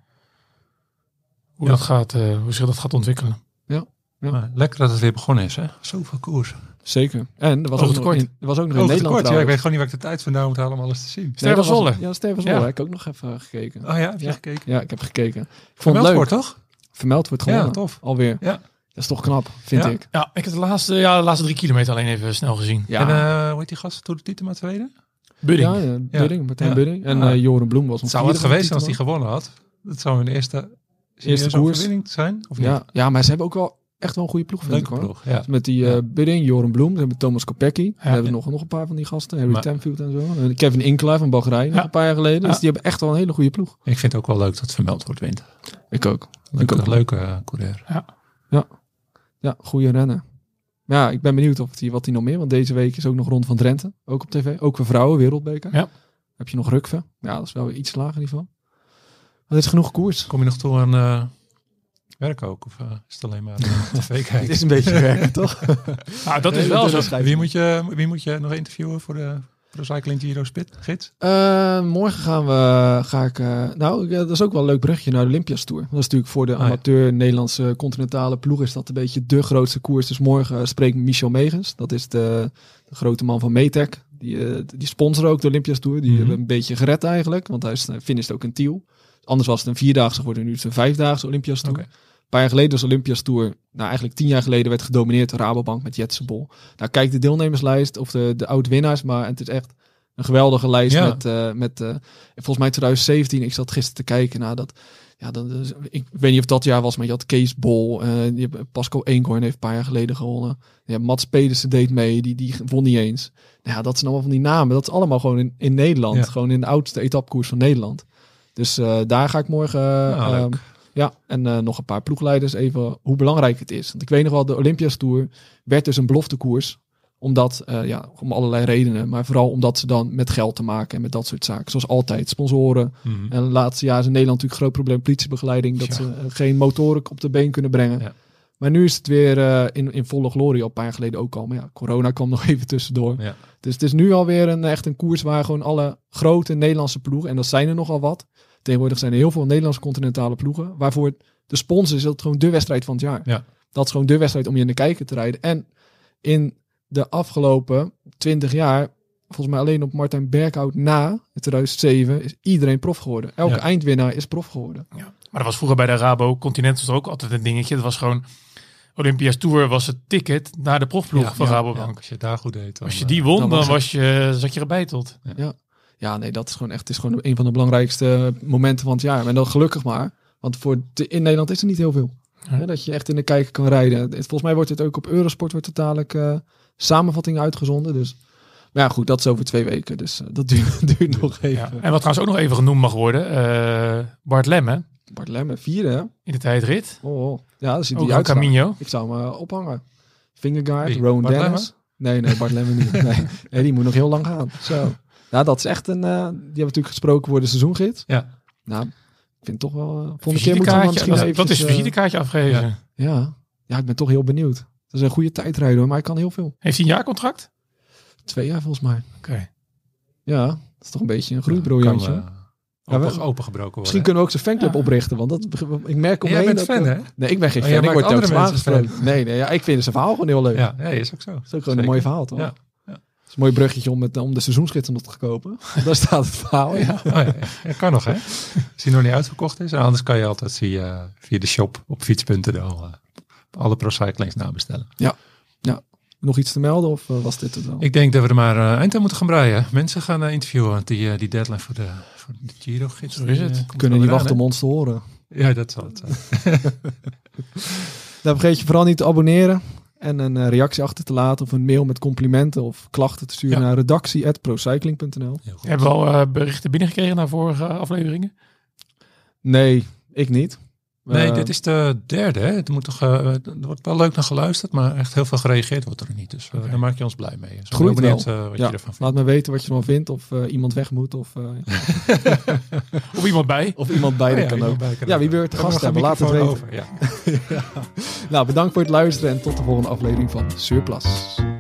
hoe ja. dat gaat, uh, hoe zich dat gaat ontwikkelen. Ja. Ja. Maar lekker dat het weer begonnen is, hè? Zoveel koers. Zeker. En er was ook nog in, er was ook nog in Nederland kort, ja, ik weet gewoon niet waar ik de tijd vandaan moet halen om alles te zien. Sterven Zwolle. Ja, Sterven Zwolle. Ja. Ik heb ook nog even gekeken. Oh ja, heb je ja. gekeken? Ja, ik heb gekeken. Ik vond het leuk. Wordt, toch? Vermeld wordt gewoon. Ja, tof. Alweer. Ja. Dat is toch knap, vind ja. ik. Ja, ik heb de laatste, ja, de laatste drie kilometer alleen even snel gezien. Ja. En uh, hoe heet die gast? Tour de Tietema tweede? Budding. Ja, ja, Budding. Martijn ja. Budding. En ja. uh, Joren Bloem was nog zou het geweest zijn als die gewonnen had. Dat zou hun eerste, eerste koers zijn, of niet? Ja, ja, maar ze hebben ook wel echt wel een goede ploeg, vind Leuke ik, hoor. ploeg, ja. Dus met die uh, Budding, Joren Bloem, ze hebben Thomas Kopecky. Ja, we hebben ja. nog, nog een paar van die gasten. Harry maar, Tenfield en zo. En Kevin Inkler van Bulgarije, ja. een paar jaar geleden. Ja. Dus die hebben echt wel een hele goede ploeg. Ik vind het ook wel leuk dat Vermeld wordt wint. Ik ook. Leuke, ik ook. Leuke uh, coureur. Ja. Ja. Ja, goede renner. Ja, ik ben benieuwd of die, wat hij nog meer. Want deze week is ook nog Ronde van Drenthe. Ook op tv. Ook voor vrouwen, wereldbeker. Ja. Heb je nog Rukve. Ja, dat is wel weer iets lager niveau. Maar het is genoeg koers. Kom je nog toe aan uh, werken ook? Of uh, is het alleen maar uh, tv kijken? Het is een beetje werken, toch? Nou, dat is wel zo. Wie moet, je, wie moet je nog interviewen voor de Pro Cycling Giro Spit, gids? Uh, morgen gaan we, ga ik, uh, nou, uh, dat is ook wel een leuk brugje naar de Olympias Tour. Dat is natuurlijk voor de ah, amateur ja. Nederlandse continentale ploeg is dat een beetje de grootste koers. Dus morgen uh, spreekt Michel Megens. Dat is de, de grote man van Metec. Die, uh, die sponsoren ook de Olympias Tour. Die mm-hmm. hebben een beetje gered eigenlijk, want hij is, uh, finished ook in Tiel. Anders was het een vierdaagse geworden, nu is het een vijfdaagse Olympias Tour. Okay. Een paar jaar geleden was de Olympias Tour, nou eigenlijk tien jaar geleden werd gedomineerd door Rabobank met Jetse Bol. Nou kijk de deelnemerslijst of de, de oud-winnaars, maar het is echt een geweldige lijst ja. met, uh, met uh, volgens mij twintig zeventien, ik zat gisteren te kijken naar dat, ja, dat is, ik weet niet of dat jaar was, maar je had Kees Bol, uh, je, Pascal Eenkhoorn heeft een paar jaar geleden gewonnen. Ja, Mats Pedersen deed mee, die, die won niet eens. Nou ja, dat zijn allemaal van die namen, dat is allemaal gewoon in, in Nederland, ja. gewoon in de oudste etappekoers van Nederland. Dus uh, daar ga ik morgen, uh, um, ja, en uh, nog een paar ploegleiders even hoe belangrijk het is. Want ik weet nog wel, de Olympias Tour werd dus een beloftekoers. Omdat, uh, ja, om allerlei redenen. Maar vooral omdat ze dan met geld te maken en met dat soort zaken. Zoals altijd, sponsoren. Mm-hmm. En de laatste jaren is in Nederland natuurlijk een groot probleem. Politiebegeleiding, dat ja. ze uh, geen motoren op de been kunnen brengen. Ja. Maar nu is het weer uh, in, in volle glorie. Al een paar jaar geleden ook al. Maar ja, corona kwam nog even tussendoor. Ja. Dus het is nu alweer een, echt een koers waar gewoon alle grote Nederlandse ploegen, en dat zijn er nogal wat. Tegenwoordig zijn er heel veel Nederlandse continentale ploegen. Waarvoor de sponsor is dat gewoon de wedstrijd van het jaar. Ja. Dat is gewoon de wedstrijd om je in de kijker te rijden. En in de afgelopen twintig jaar, volgens mij alleen op Martijn Berghout na in tweeduizend zeven, is iedereen prof geworden. Elke ja. eindwinnaar is prof geworden. Ja. Maar dat was vroeger bij de Rabo Continental ook altijd een dingetje. Dat was gewoon Olympia's Tour was het ticket naar de profploeg ja, van ja, Rabobank. Ja, als je daar goed deed. Dan, als je die won, dan, dan was, was je, zat je erbij tot. Ja. ja. Ja, nee, dat is gewoon echt, het is gewoon een van de belangrijkste momenten van het jaar. En dan gelukkig maar, want voor de, in Nederland is er niet heel veel. Ja. Ja, dat je echt in de kijker kan rijden. Volgens mij wordt het ook op Eurosport wordt totaallijk uh, samenvatting uitgezonden. Dus, maar ja, goed, dat is over twee weken. Dus uh, dat duurt, duurt nog even. Ja. En wat trouwens ook nog even genoemd mag worden, uh, Bart Lemme. Bart Lemme, vierde hè? In de tijdrit. Oh, ja, dat zit die uit. Camino. Ik zou hem uh, ophangen. Fingergaard, Rowan Dennis. Lemme? Nee, nee, Bart Lemme niet. Nee. nee, die moet nog heel lang gaan. Zo. Nou, dat is echt een... Uh, die hebben natuurlijk gesproken voor de seizoengids. Ja. Nou, ik vind toch wel... Uh, volgende keer moeten we misschien dat, even... Wat is een visitekaartje afgeven? Ja. ja. Ja, ik ben toch heel benieuwd. Dat is een goede tijdrijder hoor, maar hij kan heel veel. Heeft hij een jaarcontract? Twee jaar volgens mij. Oké. Okay. Ja, dat is toch een beetje een groeibriljantje. Uh, open, ja, we, opengebroken worden. Misschien kunnen we ook zijn fanclub ja. oprichten, want dat, ik merk omheen... Jij bent dat, fan, hè? Nee, ik ben geen oh, fan. Ik word telkens aangesproken. Fan. Nee, nee, ja, ik vind zijn verhaal gewoon heel leuk. Ja, nee, is ook zo. Het is ook gewoon Zeker. een mooi verhaal, toch? Ja. Een mooi bruggetje om, met, om de seizoensgids nog te kopen. Daar staat het verhaal in. Ja. Oh, ja, ja, kan nog hè. Als hij nog niet uitverkocht is. En anders kan je altijd via, via de shop op fiets punt n l uh, alle Pro Cyclings nabestellen. Ja. ja. Nog iets te melden of uh, was dit het wel? Ik denk dat we er maar uh, eind aan moeten gaan breien. Mensen gaan uh, interviewen, want die, uh, die deadline voor de, voor de Giro-gids. Zo is het. Uh, kunnen niet wachten om ons te horen. Ja, dat zal het zijn. Dan vergeet je vooral niet te abonneren en een uh, reactie achter te laten of een mail met complimenten of klachten te sturen ja. naar redactie at procycling punt n l. Hebben we al uh, berichten binnengekregen naar vorige afleveringen? Nee, ik niet. Nee, uh, dit is de derde. Hè? Het moet toch, uh, er wordt wel leuk naar geluisterd, maar echt heel veel gereageerd wordt er niet. Dus uh, okay. Daar maak je ons blij mee. Dus groeit wel. Benieuwd, uh, wat ja. je ervan vindt. Laat me weten wat je ervan vindt. Of uh, iemand weg moet. Of, uh, of iemand bij. Of iemand bij, oh, dat ja, kan ook. Bij kan ja, wie wil te gast hebben, laat het weten. Over, ja. Ja. Nou, bedankt voor het luisteren en tot de volgende aflevering van Surplus.